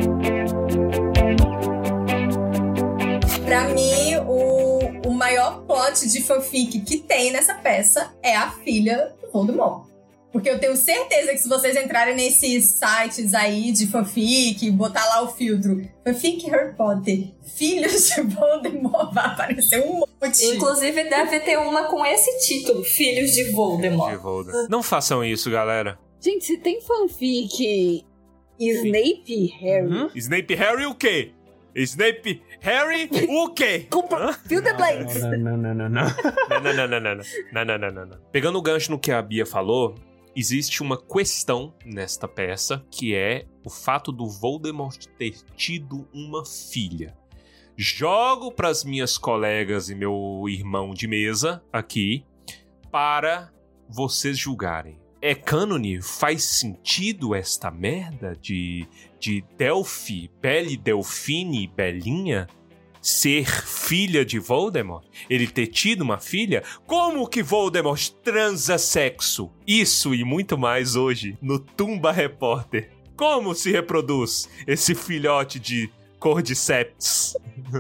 Pra mim, o, o maior plot de fanfic que tem nessa peça é a filha do Voldemort. Porque eu tenho certeza que se vocês entrarem nesses sites aí de fanfic, botar lá o filtro fanfic Harry Potter, filhos de Voldemort, vai aparecer um monte. Inclusive, deve ter uma com esse título, Filhos de Voldemort. De Voldemort. Não façam isso, galera. Gente, se tem fanfic Snape Harry, Hum? Snape Harry o quê? Snape Harry o quê? compra... Fill the blanks. Não, não, não, não, não. Não, não, não, não, não, não, não, não, não, não. Pegando o gancho no que a Bia falou, existe uma questão nesta peça, que é o fato do Voldemort ter tido uma filha. Jogo para as minhas colegas e meu irmão de mesa aqui para vocês julgarem. É cânone? Faz sentido esta merda de, de Delphi, Belle Delfine, Belinha, ser filha de Voldemort? Ele ter tido uma filha? Como que Voldemort transa sexo? Isso e muito mais hoje no Tumba Repórter. Como se reproduz esse filhote de Cordyceps?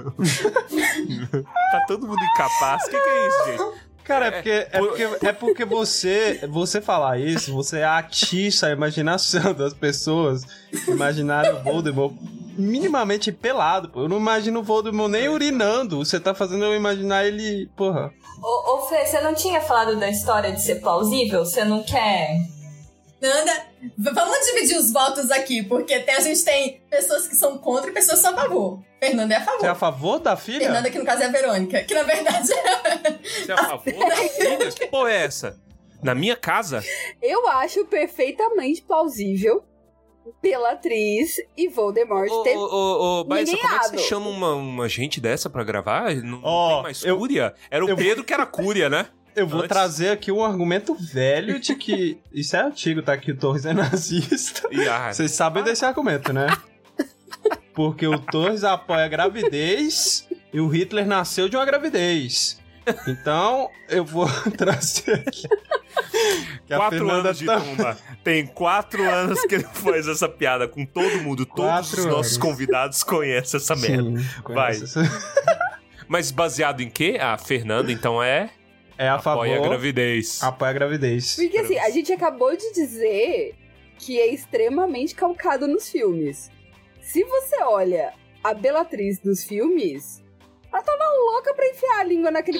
Tá todo mundo incapaz. O que, que é isso, gente? Cara, é porque, é porque, é porque você, você falar isso, você atiça a imaginação das pessoas imaginarem o Voldemort minimamente pelado, pô. Eu não imagino o Voldemort nem urinando. Você tá fazendo eu imaginar ele, porra. Ô, ô Fê, você não tinha falado da história de ser plausível? Você não quer... Nanda, v- vamos dividir os votos aqui, porque até a gente tem pessoas que são contra e pessoas que são a favor. Fernanda é a favor. Você é a favor da filha? Fernanda, que no caso é a Verônica, que na verdade é... Você é a favor das filhas? Que porra é essa? Na minha casa? Eu acho perfeitamente plausível pela atriz e Voldemort Ô, ter... ô, ô, ô, Baessa, como é que você Ninguém chama uma, uma gente dessa pra gravar? Não, Ó, não tem mais eu- Cúria? Era o eu- Pedro que era Cúria, né? Eu vou Antes. trazer aqui um argumento velho de que... Isso é antigo, tá? Que o Torres é nazista. E, ah, Vocês sabem desse argumento, né? Porque o Torres apoia a gravidez e o Hitler nasceu de uma gravidez. Então, eu vou trazer aqui. Que a quatro Fernanda anos de tá- tumba. Tem quatro anos que ele faz essa piada com todo mundo. Todos Quatro os nossos anos. convidados conhecem essa merda. Sim, Vai. conhece essa- Mas baseado em quê? A Fernanda, então, é... É a favor. Apoia a gravidez. Apoia a gravidez. Porque assim, a gente acabou de dizer que é extremamente calcado nos filmes. Se você olha a Bellatrix dos filmes, ela tava louca pra enfiar a língua naquele...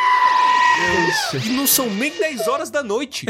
E não são nem dez horas da noite.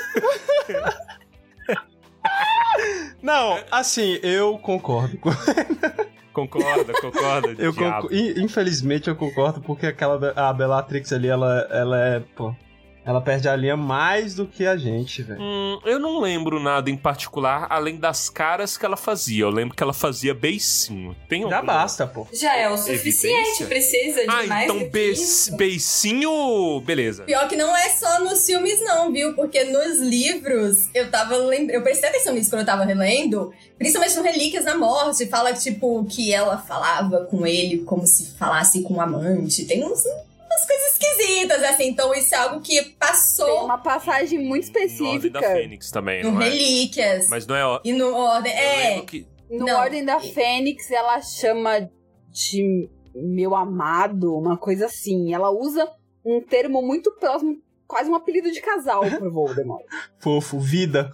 Não, assim, eu concordo com Concorda, concorda. Eu diabo. concordo, infelizmente eu concordo, porque aquela Be- a Bellatrix ali, ela, ela é, pô, ela perde a linha mais do que a gente, velho. Hum, eu não lembro nada em particular, além das caras que ela fazia. Eu lembro que ela fazia beicinho. Tem Já alguma- basta, pô. Já é o suficiente, Evidência? precisa de Ah, mais então do que be- isso. beicinho... Beleza. Pior que não é só nos filmes não, viu? Porque nos livros, eu tava lembrando... Eu prestei atenção nisso quando eu tava relendo, principalmente no Relíquias da Morte, fala, tipo, que ela falava com ele como se falasse com um amante. Tem uns... umas coisas esquisitas, assim. Então, isso é algo que Tem passou uma passagem muito No Ordem específica. da Fênix também, no não é? Relíquias. Mas não é... ó- E no Ordem... Eu É, lembro que... No Não. Ordem da Fênix, ela chama de meu amado, uma coisa assim. Ela usa um termo muito próximo, quase um apelido de casal pro Voldemort. Fofo, vida.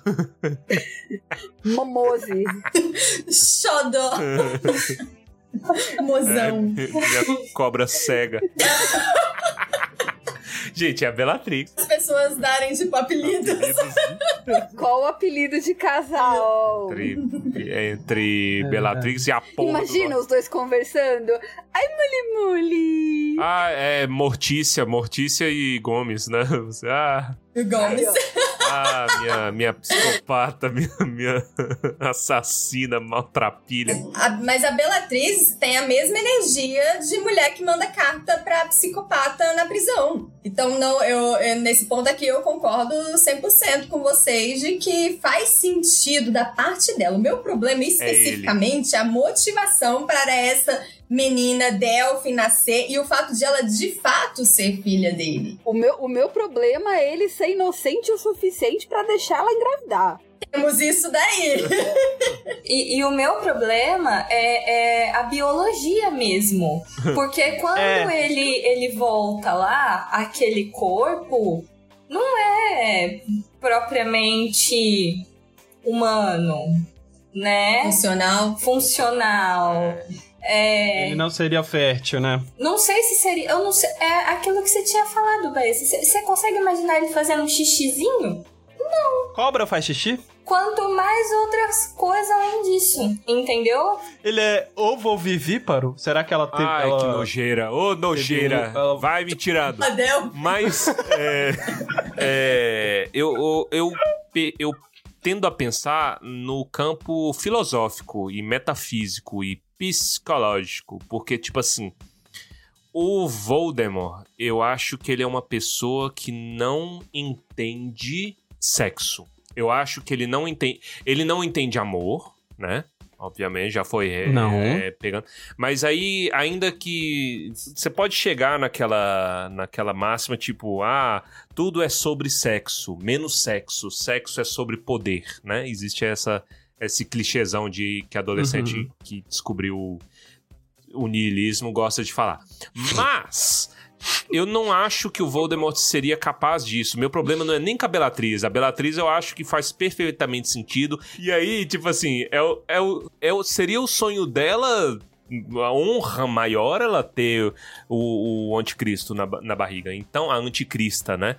Momose. xodó. Mozão. Minha cobra cega. Gente, é a Bellatrix. As pessoas darem, tipo, apelidos. Qual o apelido de casal? Entre, entre é Bellatrix e Apolo. Imagina os dois conversando. Ai, Muli Muli. Ah, é Mortícia, Mortícia e Gomes, né? Você, ah... E Gomes. Ah, minha, minha psicopata, minha, minha assassina, maltrapilha. A, mas a Bellatrix tem a mesma energia de mulher que manda carta pra psicopata na prisão. Então, não, eu, eu, nesse ponto aqui, eu concordo cem por cento com vocês de que faz sentido da parte dela. O meu problema, especificamente, é, é a motivação para essa menina Delphine nascer e o fato de ela, de fato, ser filha dele. O meu, o meu problema é ele ser inocente o suficiente pra deixar ela engravidar. Temos isso daí. e, e o meu problema é, é a biologia mesmo. Porque quando é. ele, ele volta lá, aquele corpo não é propriamente humano, né? Funcional. Funcional. É... Ele não seria fértil, né? Não sei se seria... Eu não sei... É aquilo que você tinha falado, Baia. Você, você consegue imaginar ele fazendo um xixizinho? Não. Cobra faz xixi? Quanto mais outras coisas além disso, entendeu? Ele é ovovivíparo? Será que ela teve... Ai, ela... que nojeira. Ô, nojeira. Um... Ela... Vai me tirando. Adel. Mas, é... é eu, eu, eu, eu tendo a pensar no campo filosófico e metafísico e psicológico, porque, tipo assim, o Voldemort, eu acho que ele é uma pessoa que não entende sexo. Eu acho que ele não entende, ele não entende amor, né? Obviamente, já foi é, não. É, pegando. Mas aí, ainda que você pode chegar naquela, naquela máxima, tipo, ah, tudo é sobre sexo, menos sexo, sexo é sobre poder, né? Existe essa... esse clichêzão de que adolescente uhum. que descobriu o niilismo gosta de falar. Mas eu não acho que o Voldemort seria capaz disso. Meu problema não é nem com a Bellatrix. A Bellatrix eu acho que faz perfeitamente sentido. E aí, tipo assim, é, é, é, seria o sonho dela... a honra maior ela ter o, o anticristo na, na barriga. Então, a anticrista, né?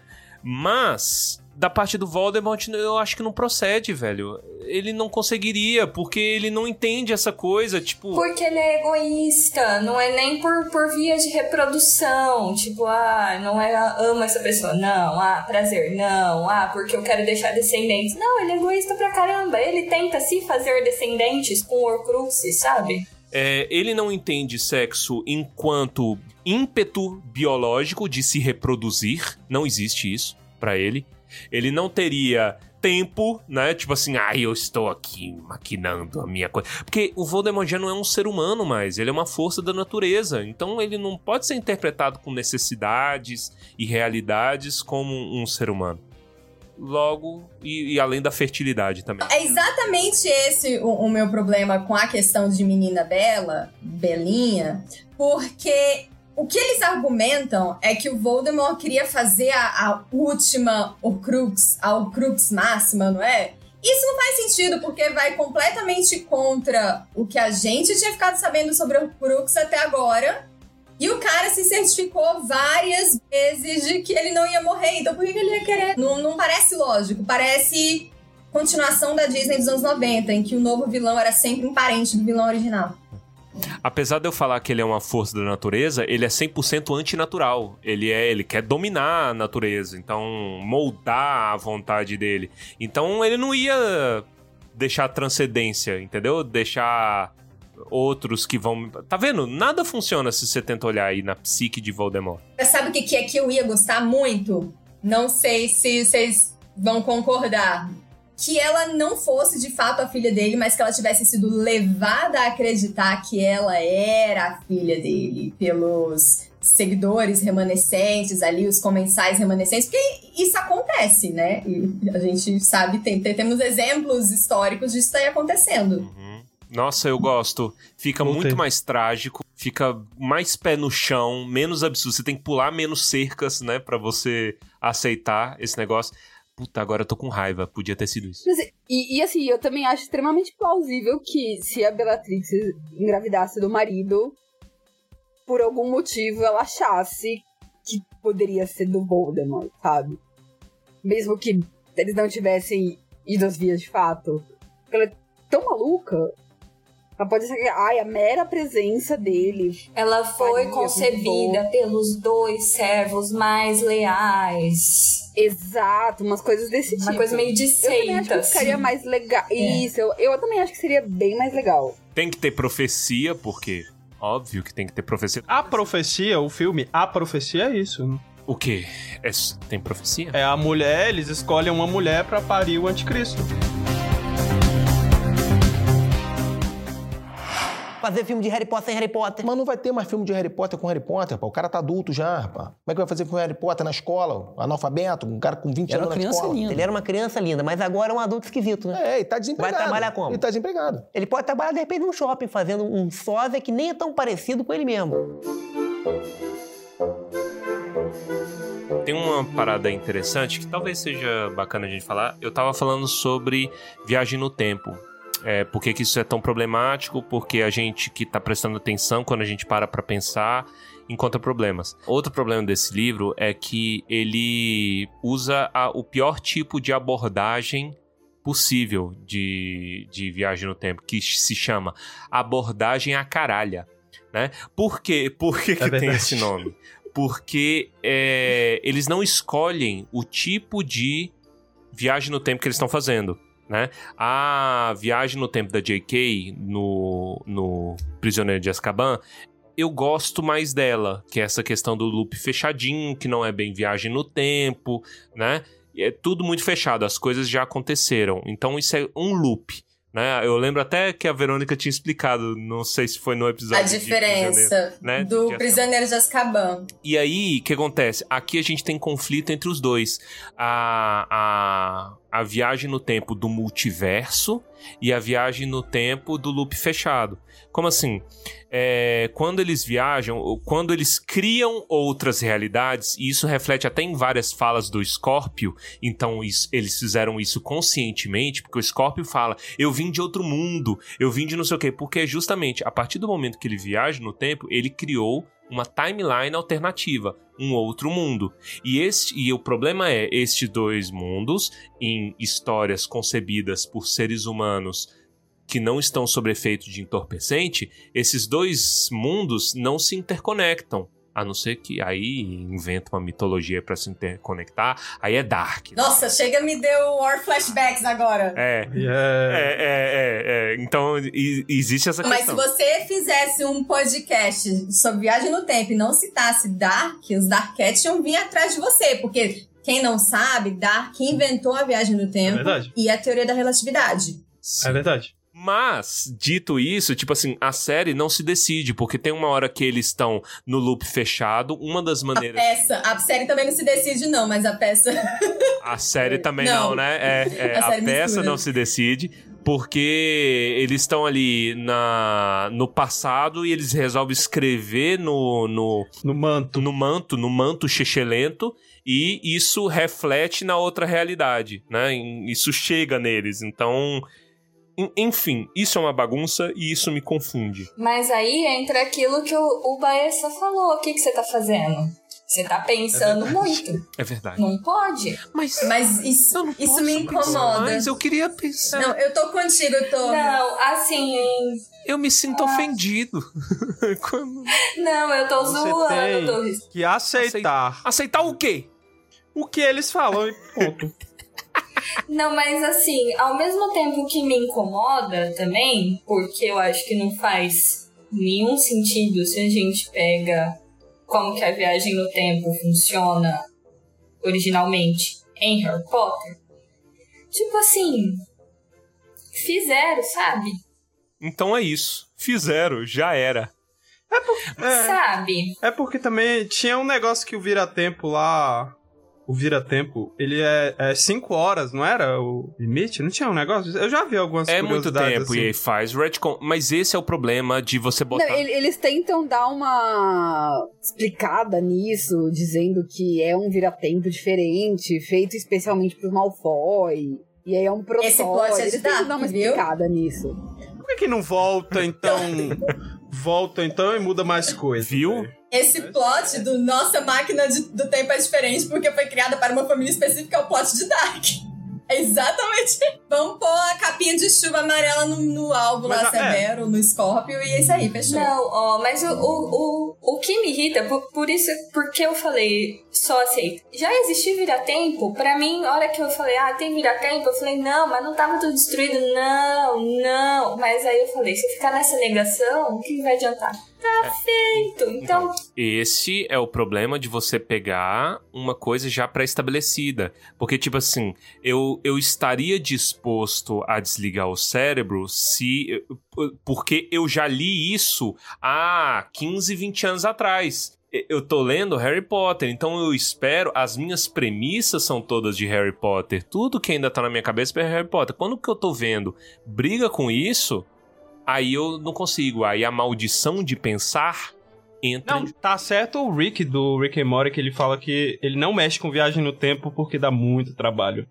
Mas, da parte do Voldemort, eu acho que não procede, velho. Ele não conseguiria, porque ele não entende essa coisa, tipo... Porque ele é egoísta, não é nem por, por via de reprodução. Tipo, ah, não é ama essa pessoa, não. Ah, prazer, não. Ah, porque eu quero deixar descendentes. Não, ele é egoísta pra caramba. Ele tenta se fazer descendentes com Horcruxes, sabe? É, ele não entende sexo enquanto ímpeto biológico de se reproduzir. Não existe isso pra ele. Ele não teria tempo, né? Tipo assim, ai, ah, eu estou aqui maquinando a minha coisa. Porque o Voldemort já não é um ser humano mais. Ele é uma força da natureza. Então ele não pode ser interpretado com necessidades e realidades como um ser humano. Logo, e, e além da fertilidade também. É exatamente esse o, o meu problema com a questão de menina Bela, Belinha, porque o que eles argumentam é que o Voldemort queria fazer a, a última Horcrux, a Horcrux máxima, não é? Isso não faz sentido, porque vai completamente contra o que a gente tinha ficado sabendo sobre o Horcrux até agora. E o cara se certificou várias vezes de que ele não ia morrer. Então por que ele ia querer? Não, não parece lógico. Parece continuação da Disney dos anos noventa, em que o novo vilão era sempre um parente do vilão original. Apesar de eu falar que ele é uma força da natureza, ele é cem por cento antinatural. Ele, é, ele quer dominar a natureza, então moldar a vontade dele. Então ele não ia deixar transcendência, entendeu? Deixar... outros que vão... Tá vendo? Nada funciona se você tenta olhar aí na psique de Voldemort. Sabe o que, que é que eu ia gostar muito? Não sei se vocês vão concordar. Que ela não fosse de fato a filha dele, mas que ela tivesse sido levada a acreditar que ela era a filha dele pelos seguidores remanescentes ali, os comensais remanescentes, porque isso acontece, né? E a gente sabe, tem, tem, temos exemplos históricos disso aí acontecendo. Uhum. Nossa, eu gosto. Fica Voltei. muito mais trágico, fica mais pé no chão, menos absurdo. Você tem que pular menos cercas, né, pra você aceitar esse negócio. Puta, agora eu tô com raiva. Podia ter sido isso. Mas, e, e assim, eu também acho extremamente plausível que se a Bellatrix engravidasse do marido, por algum motivo ela achasse que poderia ser do Voldemort, sabe? mesmo que eles não tivessem ido às vias de fato. Ela é tão maluca. Ela pode ser que, ai, a mera presença dele. Ela foi concebida pelos dois servos mais leais. Exato, umas coisas desse tipo. Uma coisa meio de seita. Eu também acho que ficaria assim. mais legal. É. Isso, eu, eu também acho que seria bem mais legal. Tem que ter profecia, porque óbvio que tem que ter profecia. A profecia, o filme, a profecia é isso, né? O quê? É, tem profecia? É a mulher, eles escolhem uma mulher pra parir o anticristo. Fazer filme de Harry Potter sem Harry Potter. Mas não vai ter mais filme de Harry Potter com Harry Potter, pá. O cara tá adulto já, rapaz. Como é que vai fazer com Harry Potter na escola? Analfabeto, um cara com vinte Era anos uma na criança escola. linda. Ele era uma criança linda, mas agora é um adulto esquisito, né? É, e tá desempregado. Vai trabalhar como? Ele tá desempregado. Ele pode trabalhar, de repente, num shopping, fazendo um sósia que nem é tão parecido com ele mesmo. Tem uma parada interessante que talvez seja bacana a gente falar. Eu tava falando sobre viagem no tempo. É, por que que isso é tão problemático? Porque a gente que tá prestando atenção, quando a gente para pra pensar, encontra problemas. Outro problema desse livro é que ele usa a, o pior tipo de abordagem possível de, de viagem no tempo, que se chama abordagem à caralha, né? Por quê? Por que, que É tem esse nome? Porque é, eles não escolhem o tipo de viagem no tempo que eles estão fazendo, né? A viagem no tempo da J K no, no Prisioneiro de Azkaban, eu gosto mais dela, que é essa questão do loop fechadinho, que não é bem viagem no tempo, né? É tudo muito fechado, as coisas já aconteceram. Então isso é um loop, né? Eu lembro até que a Verônica tinha explicado, não sei se foi no episódio A diferença de né? do de Prisioneiro de Azkaban. E aí, o que acontece? Aqui a gente tem conflito entre os dois. A, a, a viagem no tempo do multiverso e a viagem no tempo do loop fechado. Como assim? É, quando eles viajam, quando eles criam outras realidades, e isso reflete até em várias falas do Scorpio, então isso, eles fizeram isso conscientemente, porque o Scorpio fala, eu vim de outro mundo, eu vim de não sei o quê, porque justamente a partir do momento que ele viaja no tempo, ele criou uma timeline alternativa, um outro mundo. E, este, e o problema é, estes dois mundos, em histórias concebidas por seres humanos que não estão sob efeito de entorpecente, esses dois mundos não se interconectam. A não ser que aí inventa uma mitologia pra se interconectar, aí é Dark. Nossa, chega me deu war flashbacks agora. É, Yeah. é, é, é, é. Então e, existe essa Mas questão. se você fizesse um podcast sobre viagem no tempo e não citasse Dark, os Darkettes iam vir atrás de você, porque quem não sabe, Dark inventou a viagem no tempo É verdade. e a teoria da relatividade. Sim. É verdade. Mas, dito isso, tipo assim, a série não se decide, porque tem uma hora que eles estão no loop fechado, uma das maneiras... A peça, a série também não se decide não, mas a peça... A série também não, Não. né? É, é, A a série peça mistura. não se decide, porque eles estão ali na, no passado e eles resolvem escrever no, no, No manto. no manto, no manto chechelento, e isso reflete na outra realidade, né? Isso chega neles, então... Enfim, isso é uma bagunça e isso me confunde. Mas aí entra aquilo que o, o Baessa falou. O que, que você tá fazendo? Você tá pensando muito. É verdade. Não pode. Mas, Mas isso, eu não isso posso me pensar incomoda. mais, eu queria pensar. Não, eu tô contigo, eu tô... Não, assim... Eu me sinto ofendido. Quando... Não, eu tô Você zoando. tem Eu tô... que aceitar Aceitar o quê? o que eles falam e ponto. Não, mas assim, ao mesmo tempo que me incomoda também, porque eu acho que não faz nenhum sentido se a gente pega como que a viagem no tempo funciona originalmente em Harry Potter. Tipo assim, fizeram, sabe? Então é isso. Fizeram, já era. É, Sabe? é porque também tinha um negócio que o Vira-Tempo lá... O Vira-Tempo, ele é é cinco horas, não era o limite? Não tinha um negócio? Eu já vi algumas É muito curiosidades tempo assim. e aí faz retcon. Mas esse é o problema de você botar... Não, ele- eles tentam dar uma explicada nisso, dizendo que é um vira-tempo diferente, feito especialmente pro Malfoy. E aí é um protótipo. Esse plot é de Eles tentam Dark, dar uma viu? explicada nisso. Por que que não volta, então... volta, então, e muda mais coisa? Viu? velho? Esse plot do nossa máquina de, do tempo é diferente porque foi criada para uma família específica, é o plot de Dark. É exatamente. Vamos pôr a capinha de chuva amarela no, no alvo lá, Severo, é. no Scorpio, e é isso aí, fechou. Não, ó, mas o, o, o, o que me irrita, por, por isso, porque eu falei só aceito. Já existia vira-tempo? Pra mim, a hora que eu falei, ah, tem vira-tempo? Eu falei, não, mas não tava tudo destruído. Não, não. Mas aí eu falei, se ficar nessa negação, o que vai adiantar? Tá é. feito. Então... então, esse é o problema de você pegar uma coisa já pré-estabelecida. Porque, tipo assim, eu, eu estaria disposto a desligar o cérebro se... Porque eu já li isso há quinze, vinte anos atrás. Eu tô lendo Harry Potter, então eu espero... As minhas premissas são todas de Harry Potter. Tudo que ainda tá na minha cabeça é Harry Potter. Quando que eu tô vendo briga com isso... Aí eu não consigo, aí a maldição de pensar entra... Não, tá certo o Rick, do Rick and Morty, que ele fala que ele não mexe com viagem no tempo porque dá muito trabalho.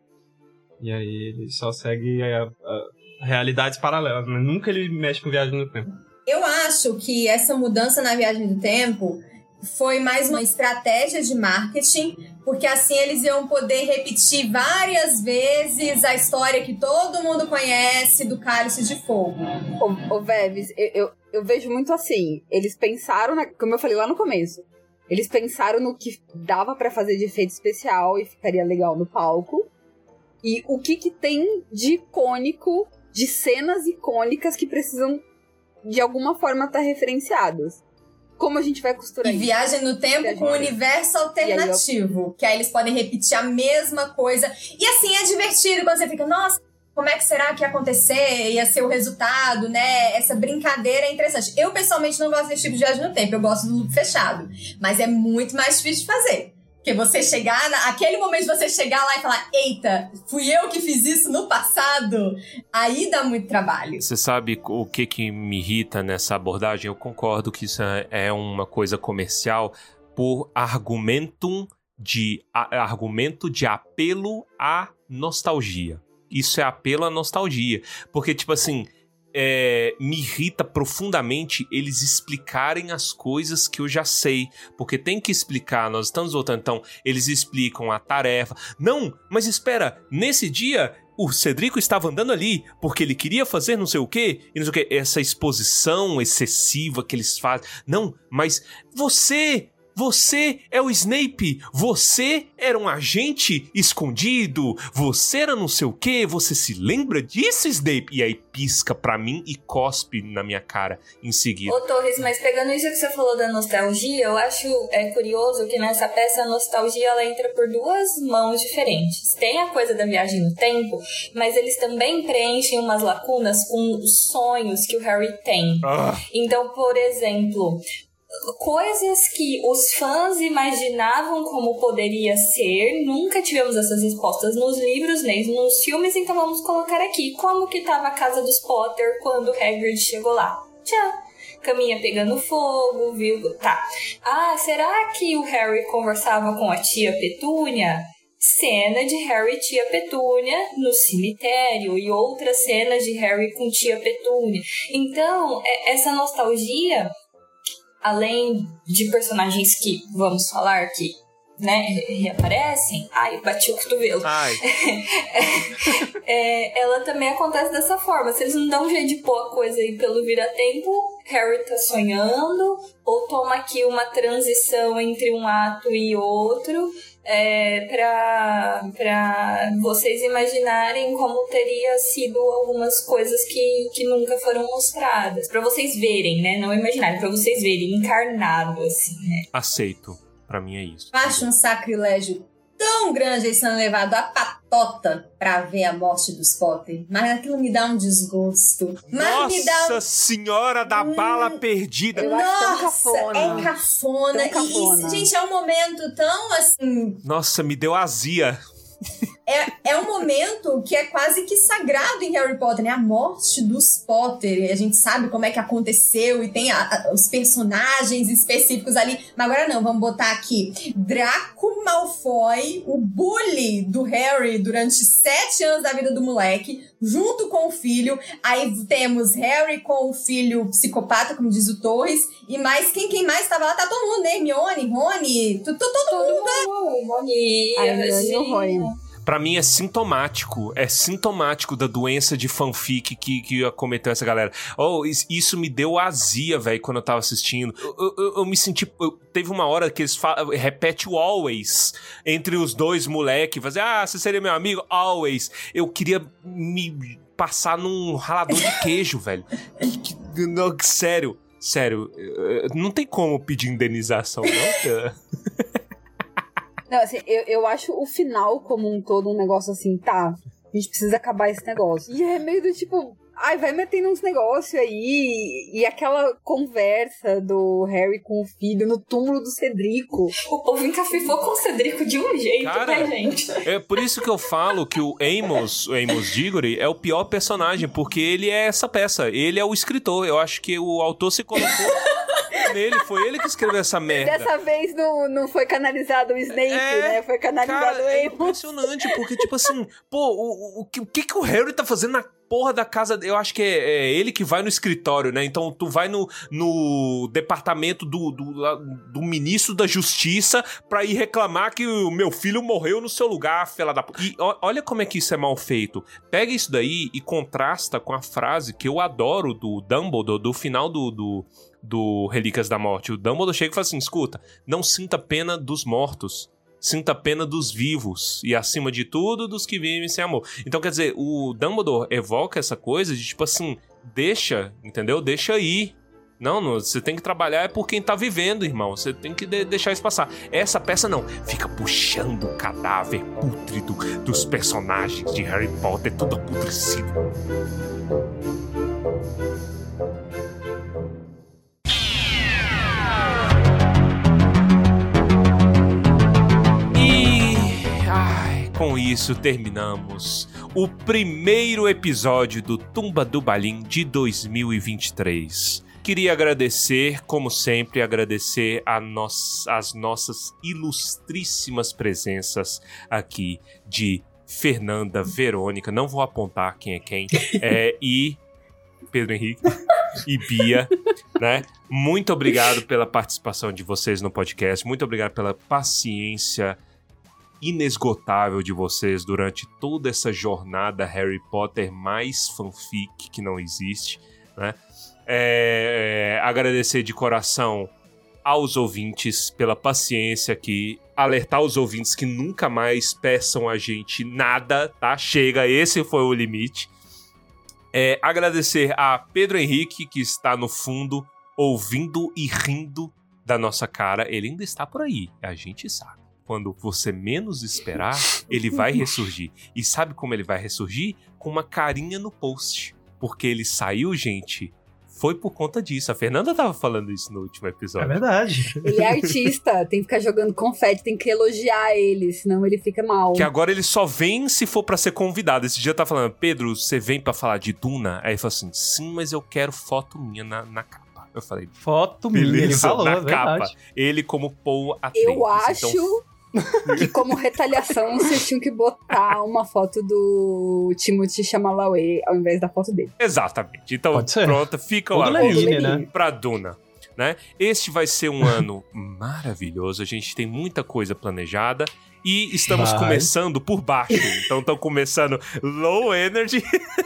E aí ele só segue a, a realidades paralelas, mas nunca ele mexe com viagem no tempo. Eu acho que essa mudança na viagem do tempo foi mais uma estratégia de marketing, porque assim eles iam poder repetir várias vezes a história que todo mundo conhece do Cálice de Fogo. Ô, ô Veves, eu, eu, eu vejo muito assim, eles pensaram, na, como eu falei lá no começo, eles pensaram no que dava pra fazer de efeito especial e ficaria legal no palco, e o que que tem de icônico, de cenas icônicas que precisam de alguma forma estar referenciadas. Como a gente vai costurar e isso? E viagem no tempo com um universo alternativo. Aí eu... Que aí eles podem repetir a mesma coisa. E assim, é divertido quando você fica, nossa, como é que será que ia acontecer? Ia ser o resultado, né? Essa brincadeira é interessante. Eu, pessoalmente, não gosto desse tipo de viagem no tempo. Eu gosto do loop fechado. Mas é muito mais difícil de fazer. Porque você chegar, na, aquele momento de você chegar lá e falar, eita, fui eu que fiz isso no passado, aí dá muito trabalho. Você sabe o que que me irrita nessa abordagem? Eu concordo que isso é uma coisa comercial por argumentum de, a, argumento de apelo à nostalgia. Isso é apelo à nostalgia. Porque, tipo assim... É, me irrita profundamente eles explicarem as coisas que eu já sei, porque tem que explicar, nós estamos voltando, então eles explicam a tarefa, não, mas espera, nesse dia o Cedrico estava andando ali porque ele queria fazer não sei o que, e não sei o que, essa exposição excessiva que eles fazem, não, mas você... Você é o Snape, você era um agente escondido, você era não sei o quê, você se lembra disso, Snape? E aí pisca pra mim e cospe na minha cara em seguida. Ô Torres, mas pegando isso que você falou da nostalgia, eu acho é, curioso que nessa peça a nostalgia ela entra por duas mãos diferentes. Tem a coisa da viagem no tempo, mas eles também preenchem umas lacunas com os sonhos que o Harry tem. Ah. Então, por exemplo... coisas que os fãs imaginavam como poderia ser, nunca tivemos essas respostas nos livros, nem nos filmes, então vamos colocar aqui. Como que estava a casa dos Potter quando Hagrid chegou lá? Tchau! Caminha pegando fogo, viu? Tá. Ah, será que o Harry conversava com a tia Petúnia? Cena de Harry e tia Petúnia no cemitério e outras cenas de Harry com tia Petúnia. Então, essa nostalgia... além de personagens que, vamos falar, que, né, reaparecem... Ai, bati o cotovelo. Ai. é, ela também acontece dessa forma. Se eles não dão um jeito de pôr a coisa aí pelo vira-tempo, Harry tá sonhando, ou toma aqui uma transição entre um ato e outro... É, pra, pra vocês imaginarem como teria sido algumas coisas que, que nunca foram mostradas. Pra vocês verem, né? Não imaginarem, pra vocês verem encarnado, assim, né? Aceito. Pra mim é isso. Acho um sacrilégio tão grande eles sendo levado à patota pra ver a morte dos Potter. Mas aquilo me dá um desgosto. Mas Nossa me dá um... senhora da hum... bala perdida. Eu Nossa, acho cafona. é cafona. Tão cafona. E, e, gente, é um momento tão assim... Nossa, me deu azia. É, é um momento que é quase que sagrado em Harry Potter, né? A morte dos Potter. E a gente sabe como é que aconteceu e tem a, a, os personagens específicos ali. Mas agora não, vamos botar aqui. Draco Malfoy, o bully do Harry durante sete anos da vida do moleque, junto com o filho. Aí temos Harry com o filho psicopata, como diz o Torres. E mais, quem, quem mais tava lá? Tá todo mundo, né? Hermione, Rony, tu, tu, todo, todo mundo, né? Rony, a Hermione e o Rony. Pra mim é sintomático, é sintomático da doença de fanfic que, que acometeu essa galera. Oh, isso me deu azia, velho, quando eu tava assistindo. Eu, eu, eu me senti... Eu, teve uma hora que eles falam, repete o always entre os dois moleques. Fazer, ah, você seria meu amigo? Always. Eu queria me passar num ralador de queijo, velho. Que, que, não, sério, sério. Não tem como pedir indenização, não? Não, assim, eu, eu acho o final como um todo um negócio assim, tá, a gente precisa acabar esse negócio. E é meio do tipo, ai, vai metendo uns negócios aí, e aquela conversa do Harry com o filho no túmulo do Cedrico. O povo encafifou com o Cedrico de um jeito, cara, né, gente? É por isso que eu falo que o Amos, o Amos Diggory, é o pior personagem, porque ele é essa peça, ele é o escritor. Eu acho que o autor se colocou... nele, foi ele que escreveu essa merda. Dessa vez não, não foi canalizado o Snape, é, né? Foi canalizado cara, o Amos. É impressionante, porque, tipo assim, pô, o, o, o, que, o que que o Harry tá fazendo na porra da casa... Eu acho que é, é ele que vai no escritório, né? Então, tu vai no, no departamento do, do, do ministro da Justiça pra ir reclamar que o meu filho morreu no seu lugar, fela da puta. E ó, olha como é que isso é mal feito. Pega isso daí e contrasta com a frase que eu adoro do Dumbledore, do final do... do do Relíquias da Morte. O Dumbledore chega e fala assim, escuta, não sinta pena dos mortos, sinta pena dos vivos e, acima de tudo, dos que vivem sem amor. Então, quer dizer, o Dumbledore evoca essa coisa de, tipo assim, deixa, entendeu? Deixa aí. Não, não, você tem que trabalhar é por quem tá vivendo, irmão. Você tem que de- deixar isso passar. Essa peça não. Fica puxando o cadáver pútrido dos personagens de Harry Potter, tudo apodrecido. Com isso, terminamos o primeiro episódio do Tumba do Balim de dois mil e vinte e três. Queria agradecer, como sempre, agradecer a nós, as nossas ilustríssimas presenças aqui de Fernanda, Verônica, não vou apontar quem é quem, é, e Pedro Henrique e Bia, né? Muito obrigado pela participação de vocês no podcast, muito obrigado pela paciência inesgotável de vocês durante toda essa jornada Harry Potter mais fanfic que não existe, né? É, é, agradecer de coração aos ouvintes pela paciência aqui, alertar os ouvintes que nunca mais peçam a gente nada, tá? Chega, esse foi o limite. É, agradecer a Pedro Henrique, que está no fundo, ouvindo e rindo da nossa cara. Ele ainda está por aí, a gente sabe. Quando você menos esperar, ele vai ressurgir. E sabe como ele vai ressurgir? Com uma carinha no post. Porque ele saiu, gente, foi por conta disso. A Fernanda tava falando isso no último episódio. É verdade. Ele é artista, tem que ficar jogando confete, tem que elogiar ele, senão ele fica mal. Que agora ele só vem se for pra ser convidado. Esse dia tá falando, Pedro, você vem pra falar de Duna? Aí ele falou assim, sim, mas eu quero foto minha na, na capa. Eu falei, foto minha, ele falou, na é capa. verdade. Ele como Paul Atreides. Eu acho... Então... que como retaliação vocês tinham que botar uma foto do Timothée Chalamet ao invés da foto dele. Exatamente. Então, pronto, fica o aviso né? pra Duna. Né? Este vai ser um ano maravilhoso. A gente tem muita coisa planejada. E estamos vai. começando por baixo. Então, estão começando low energy.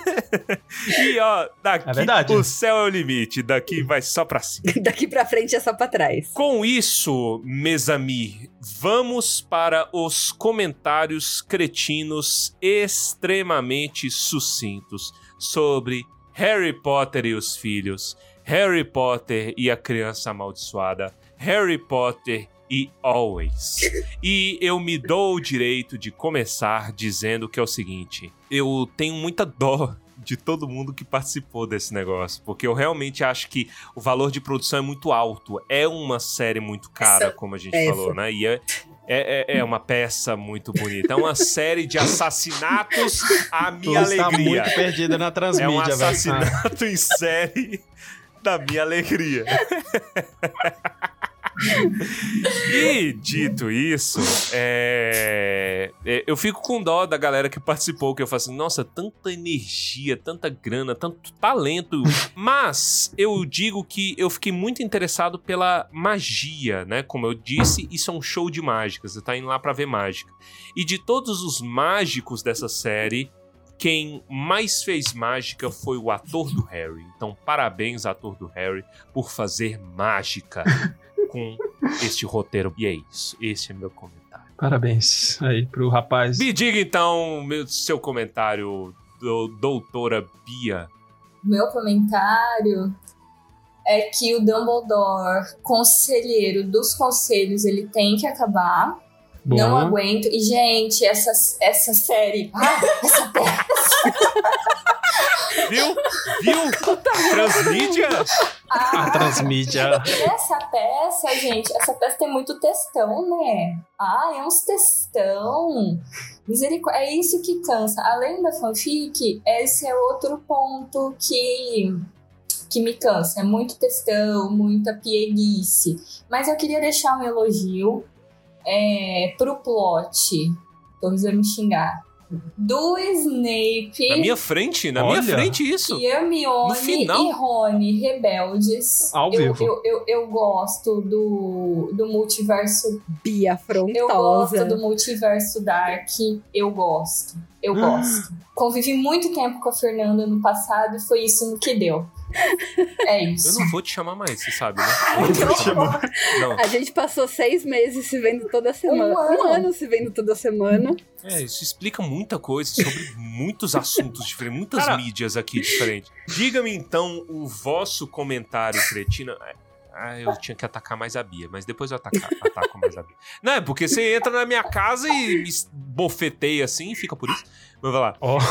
E, ó, daqui é o céu é o limite. Daqui vai só pra cima. Daqui pra frente é só pra trás. Com isso, mes amis, vamos para os comentários cretinos extremamente sucintos sobre Harry Potter e os filhos, Harry Potter e a criança amaldiçoada, Harry Potter e Always. E eu me dou o direito de começar dizendo que é o seguinte, eu tenho muita dó de todo mundo que participou desse negócio, porque eu realmente acho que o valor de produção é muito alto, é uma série muito cara, como a gente essa. falou, né, e é, é, é uma peça muito bonita, é uma série de assassinatos à minha tu alegria. Tá muito perdida na transmídia, é um assassinato velho. em série da minha alegria. E, dito isso, é... eu fico com dó da galera que participou, que eu falo assim, nossa, tanta energia, tanta grana, tanto talento. Mas eu digo que eu fiquei muito interessado pela magia, né? Como eu disse, isso é um show de mágicas, você tá indo lá pra ver mágica. E de todos os mágicos dessa série, quem mais fez mágica foi o ator do Harry. Então, parabéns, ator do Harry, por fazer mágica com este roteiro. E é isso. Esse é meu comentário. Parabéns aí pro rapaz. Me diga, então, meu, seu comentário, do, doutora Bia. Meu comentário é que o Dumbledore, conselheiro dos conselhos, ele tem que acabar. Bom. Não aguento. E, gente, essa, essa série... Ah, essa peça... Viu? Viu? Transmídia? Ah, a transmídia. Essa peça, gente, essa peça tem muito textão, né? Ah, é uns textão. Misericórdia. É isso que cansa. Além da fanfic, esse é outro ponto que... que me cansa. É muito textão, muita pieguice. Mas eu queria deixar um elogio É, pro plot, todos vão me xingar, do Snape. Na minha frente, na Olha. minha frente isso. E Hermione no final. e Rony rebeldes. Ao eu, vivo. Eu, eu, eu gosto do, do multiverso. Bia afrontosa. Eu gosto do multiverso Dark. Eu gosto. Eu Ah. gosto. Convivi muito tempo com a Fernanda no passado e foi isso no que deu. É isso. Eu não vou te chamar mais, você sabe, né? Não. A gente passou seis meses se vendo toda semana. Um ano. Um ano se vendo toda semana. É, isso explica muita coisa sobre muitos assuntos diferentes, muitas Cara, mídias aqui diferentes. Diga-me, então, o vosso comentário, cretina. Ah, eu tinha que atacar mais a Bia, mas depois eu atacar, ataco mais a Bia. Não, é porque você entra na minha casa e me bofeteia assim, fica por isso. Mas vai lá. Oh.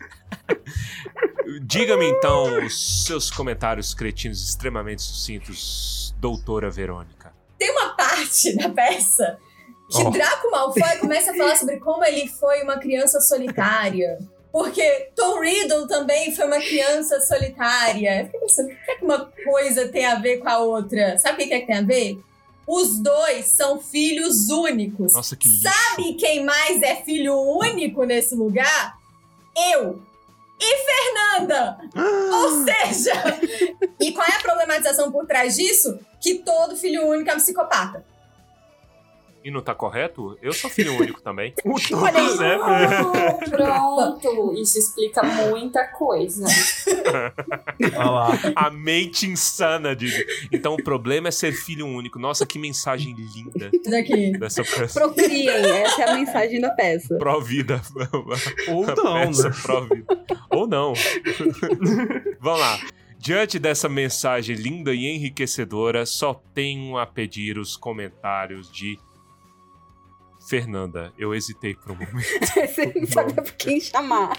Diga-me, então, os seus comentários cretinos extremamente sucintos, doutora Verônica. Tem uma parte da peça que Oh. Draco Malfoy começa a falar sobre como ele foi uma criança solitária. Porque Tom Riddle também foi uma criança solitária. Eu fiquei pensando, o que é que uma coisa tem a ver com a outra? Sabe o que é que tem a ver? Os dois são filhos únicos. Nossa, que lixo. Sabe quem mais é filho único nesse lugar? Eu. E Fernanda! Ou seja, e qual é a problematização por trás disso? Que todo filho único é um psicopata. E não tá correto? Eu sou filho único também. Olha aí. Ah, pronto. Isso explica muita coisa. Olha lá. A mente insana de... Então o problema é ser filho único. Nossa, que mensagem linda Daqui. dessa peça. Procriem, essa é a mensagem da peça. Pró-vida. Ou A não, peça né? pró-vida. Ou não. Vamos lá. Diante dessa mensagem linda e enriquecedora, só tenho a pedir os comentários de Fernanda. Eu hesitei por um momento. Você não sabia por quem chamar.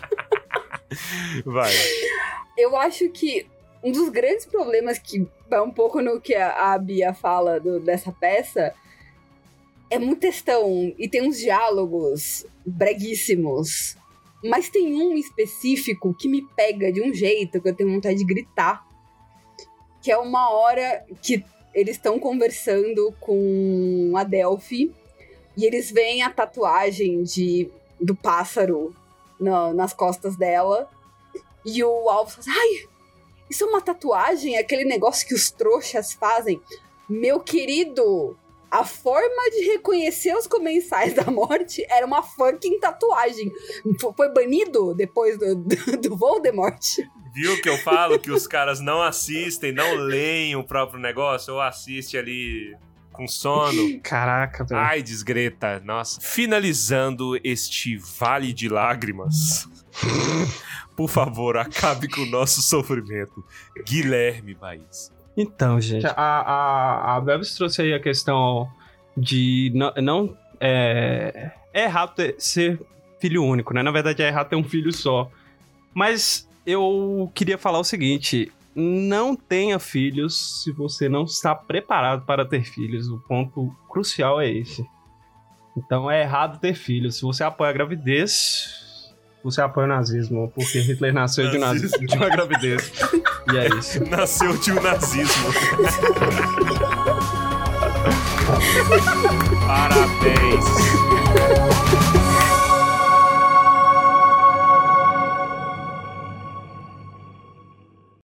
Vai. Eu acho que um dos grandes problemas que vai um pouco no que a, a Bia fala do- dessa peça é muito textão e tem uns diálogos breguíssimos. Mas tem um específico que me pega de um jeito que eu tenho vontade de gritar. Que é uma hora que eles estão conversando com a Delphi e eles veem a tatuagem de, do pássaro na- nas costas dela. E o Alvo fala assim, ai, isso é uma tatuagem? Aquele negócio que os trouxas fazem? Meu querido, a forma de reconhecer os comensais da morte era uma fucking tatuagem. F- Foi banido depois do, do, do Voldemort. Viu que eu falo que os caras não assistem, não leem o próprio negócio, ou assistem ali com sono? Caraca, velho. Ai, desgreta, nossa. Finalizando este vale de lágrimas, por favor, acabe com o nosso sofrimento. Guilherme Baís. Então, gente, a, a, a Bebs trouxe aí a questão de não... não é, é errado ter- ser filho único, né? Na verdade, é errado ter um filho só. Mas eu queria falar o seguinte... Não tenha filhos se você não está preparado para ter filhos. O ponto crucial é esse. Então é errado ter filhos. Se você apoia a gravidez, você apoia o nazismo. Porque Hitler nasceu de, um nazi- Nazismo. de uma gravidez. E é isso. Nasceu de um nazismo. Parabéns.